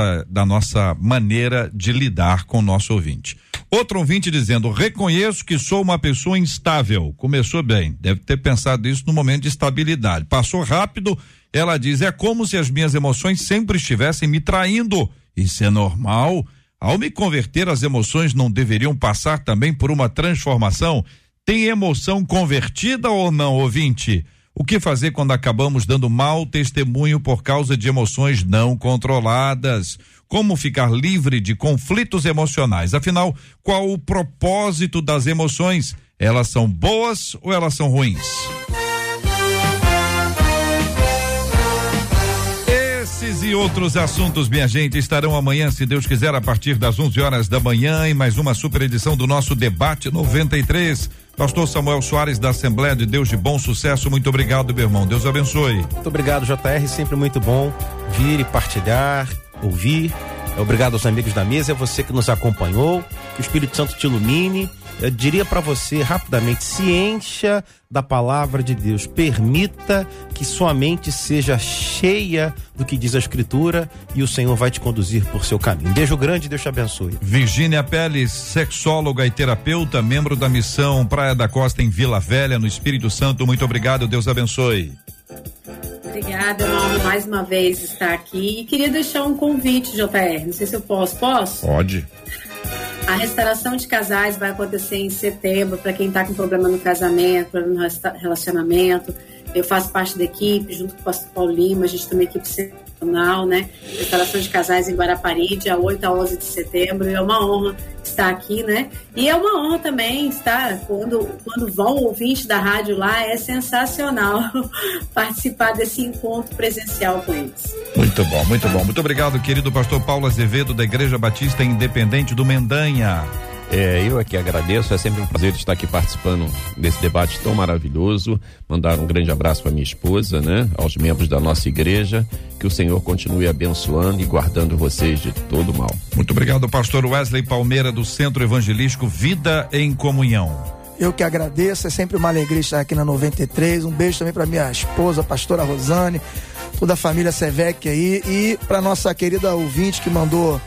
nossa maneira de lidar com o nosso ouvinte. Outro ouvinte dizendo, reconheço que sou uma pessoa instável. Começou bem, deve ter pensado isso no momento de estabilidade. Passou rápido, ela diz, é como se as minhas emoções sempre estivessem me traindo. Isso é normal? Ao me converter, as emoções não deveriam passar também por uma transformação? Tem emoção convertida ou não, ouvinte? O que fazer quando acabamos dando mau testemunho por causa de emoções não controladas? Como ficar livre de conflitos emocionais? Afinal, qual o propósito das emoções? Elas são boas ou elas são ruins? Esses e outros assuntos, minha gente, estarão amanhã, se Deus quiser, a partir das 11 horas da manhã, em mais uma super edição do nosso Debate 93. Pastor Samuel Soares, da Assembleia de Deus de Bom Sucesso, muito obrigado, meu irmão, Deus abençoe. Muito obrigado, JR, sempre muito bom vir e partilhar, ouvir. Obrigado aos amigos da mesa, é você que nos acompanhou, que o Espírito Santo te ilumine eu diria para você rapidamente, se encha da palavra de Deus, permita que sua mente seja cheia do que diz a Escritura e o Senhor vai te conduzir por seu caminho. Beijo grande, Deus te abençoe. Virgínia Pérez, sexóloga e terapeuta, membro da missão Praia da Costa em Vila Velha, no Espírito Santo, muito obrigado, Deus abençoe. Obrigada, é uma honra mais uma vez estar aqui e queria deixar um convite, JR, não sei se eu posso? Pode. A restauração de casais vai acontecer em setembro, para quem está com problema no casamento, problema no relacionamento. Eu faço parte da equipe, junto com o pastor Paulo Lima, a gente tem uma equipe sensacional, né? Restauração de casais em Guarapari, dia 8 a 11 de setembro, e é uma honra estar aqui, né? E é uma honra também estar, quando vão ouvintes da rádio lá, é sensacional participar desse encontro presencial com eles. Muito bom, muito bom. Muito obrigado, querido pastor Paulo Azevedo, da Igreja Batista Independente do Mendanha. Eu aqui agradeço, é sempre um prazer estar aqui participando desse debate tão maravilhoso. Mandar um grande abraço para minha esposa, né? Aos membros da nossa igreja, que o Senhor continue abençoando e guardando vocês de todo mal. Muito obrigado, pastor Wesley Palmeira, do Centro Evangelístico Vida em Comunhão. Eu que agradeço, é sempre uma alegria estar aqui na 93. Um beijo também para minha esposa, a pastora Rosane, toda a família Sevec aí, e para nossa querida ouvinte que mandou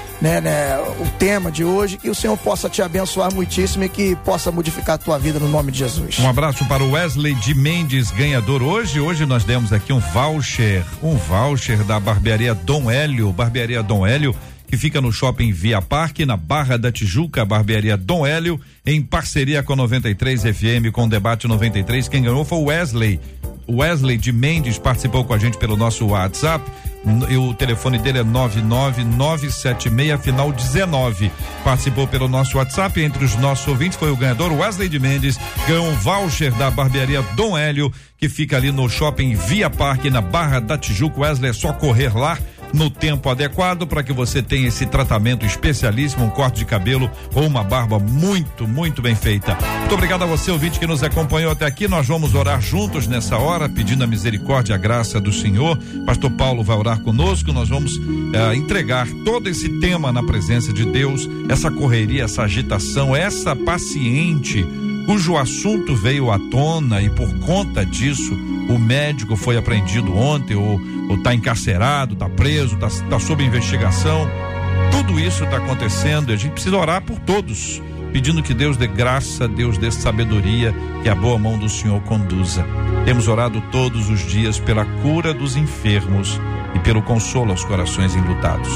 o tema de hoje, que o Senhor possa te abençoar muitíssimo e que possa modificar a tua vida no nome de Jesus. Um abraço para o Wesley de Mendes, ganhador hoje nós demos aqui um voucher da barbearia Dom Hélio, que fica no Shopping Via Parque, na Barra da Tijuca, barbearia Dom Hélio, em parceria com a 93 FM, com o Debate 93. Quem ganhou foi o Wesley de Mendes, participou com a gente pelo nosso WhatsApp. O telefone dele é 99976 final 19. Participou pelo nosso WhatsApp. Entre os nossos ouvintes foi o ganhador Wesley de Mendes, ganhou um voucher da barbearia Dom Hélio, que fica ali no Shopping Via Parque, na Barra da Tijuca. Wesley, é só correr lá no tempo adequado para que você tenha esse tratamento especialíssimo, um corte de cabelo ou uma barba muito, muito bem feita. Muito obrigado a você, ouvinte, que nos acompanhou até aqui. Nós vamos orar juntos nessa hora, pedindo a misericórdia e a graça do Senhor. Pastor Paulo vai orar conosco. Nós vamos entregar todo esse tema na presença de Deus, essa correria, essa agitação, essa paciente cujo assunto veio à tona e por conta disso o médico foi apreendido ontem ou está encarcerado, está preso, está sob investigação. Tudo isso está acontecendo e a gente precisa orar por todos, pedindo que Deus dê graça, Deus dê sabedoria, que a boa mão do Senhor conduza. Temos orado todos os dias pela cura dos enfermos e pelo consolo aos corações enlutados.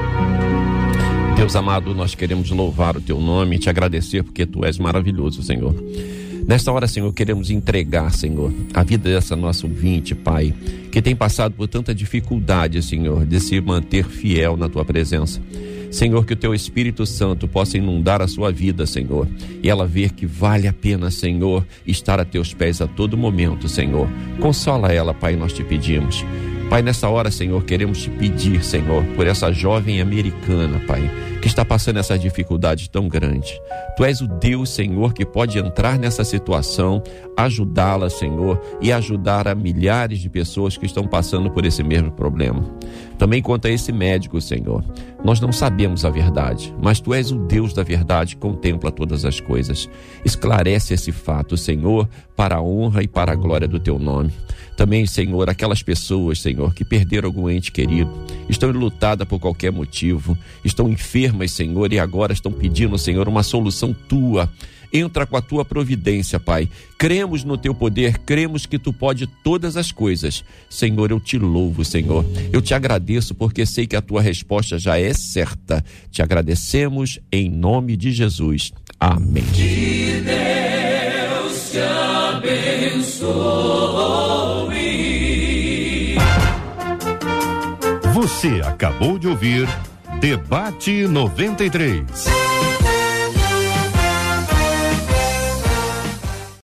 Deus amado, nós queremos louvar o teu nome e te agradecer porque tu és maravilhoso, Senhor. Nesta hora, Senhor, queremos entregar, Senhor, a vida dessa nossa ouvinte, Pai, que tem passado por tanta dificuldade, Senhor, de se manter fiel na tua presença. Senhor, que o teu Espírito Santo possa inundar a sua vida, Senhor, e ela ver que vale a pena, Senhor, estar a teus pés a todo momento, Senhor. Consola ela, Pai, nós te pedimos. Pai, nessa hora, Senhor, queremos te pedir, Senhor, por essa jovem americana, Pai, que está passando essa dificuldade tão grande. Tu és o Deus, Senhor, que pode entrar nessa situação, ajudá-la, Senhor, e ajudar a milhares de pessoas que estão passando por esse mesmo problema. Também quanto a esse médico, Senhor, nós não sabemos a verdade, mas tu és o Deus da verdade, contempla todas as coisas. Esclarece esse fato, Senhor, para a honra e para a glória do teu nome. Também, Senhor, aquelas pessoas, Senhor, que perderam algum ente querido, estão enlutadas por qualquer motivo, estão enfermas, Senhor, e agora estão pedindo, Senhor, uma solução tua. Entra com a tua providência, Pai. Cremos no teu poder, cremos que tu pode todas as coisas. Senhor, eu te louvo, Senhor. Eu te agradeço porque sei que a tua resposta já é certa. Te agradecemos em nome de Jesus. Amém. Que Deus te abençoe. Você acabou de ouvir Debate 93.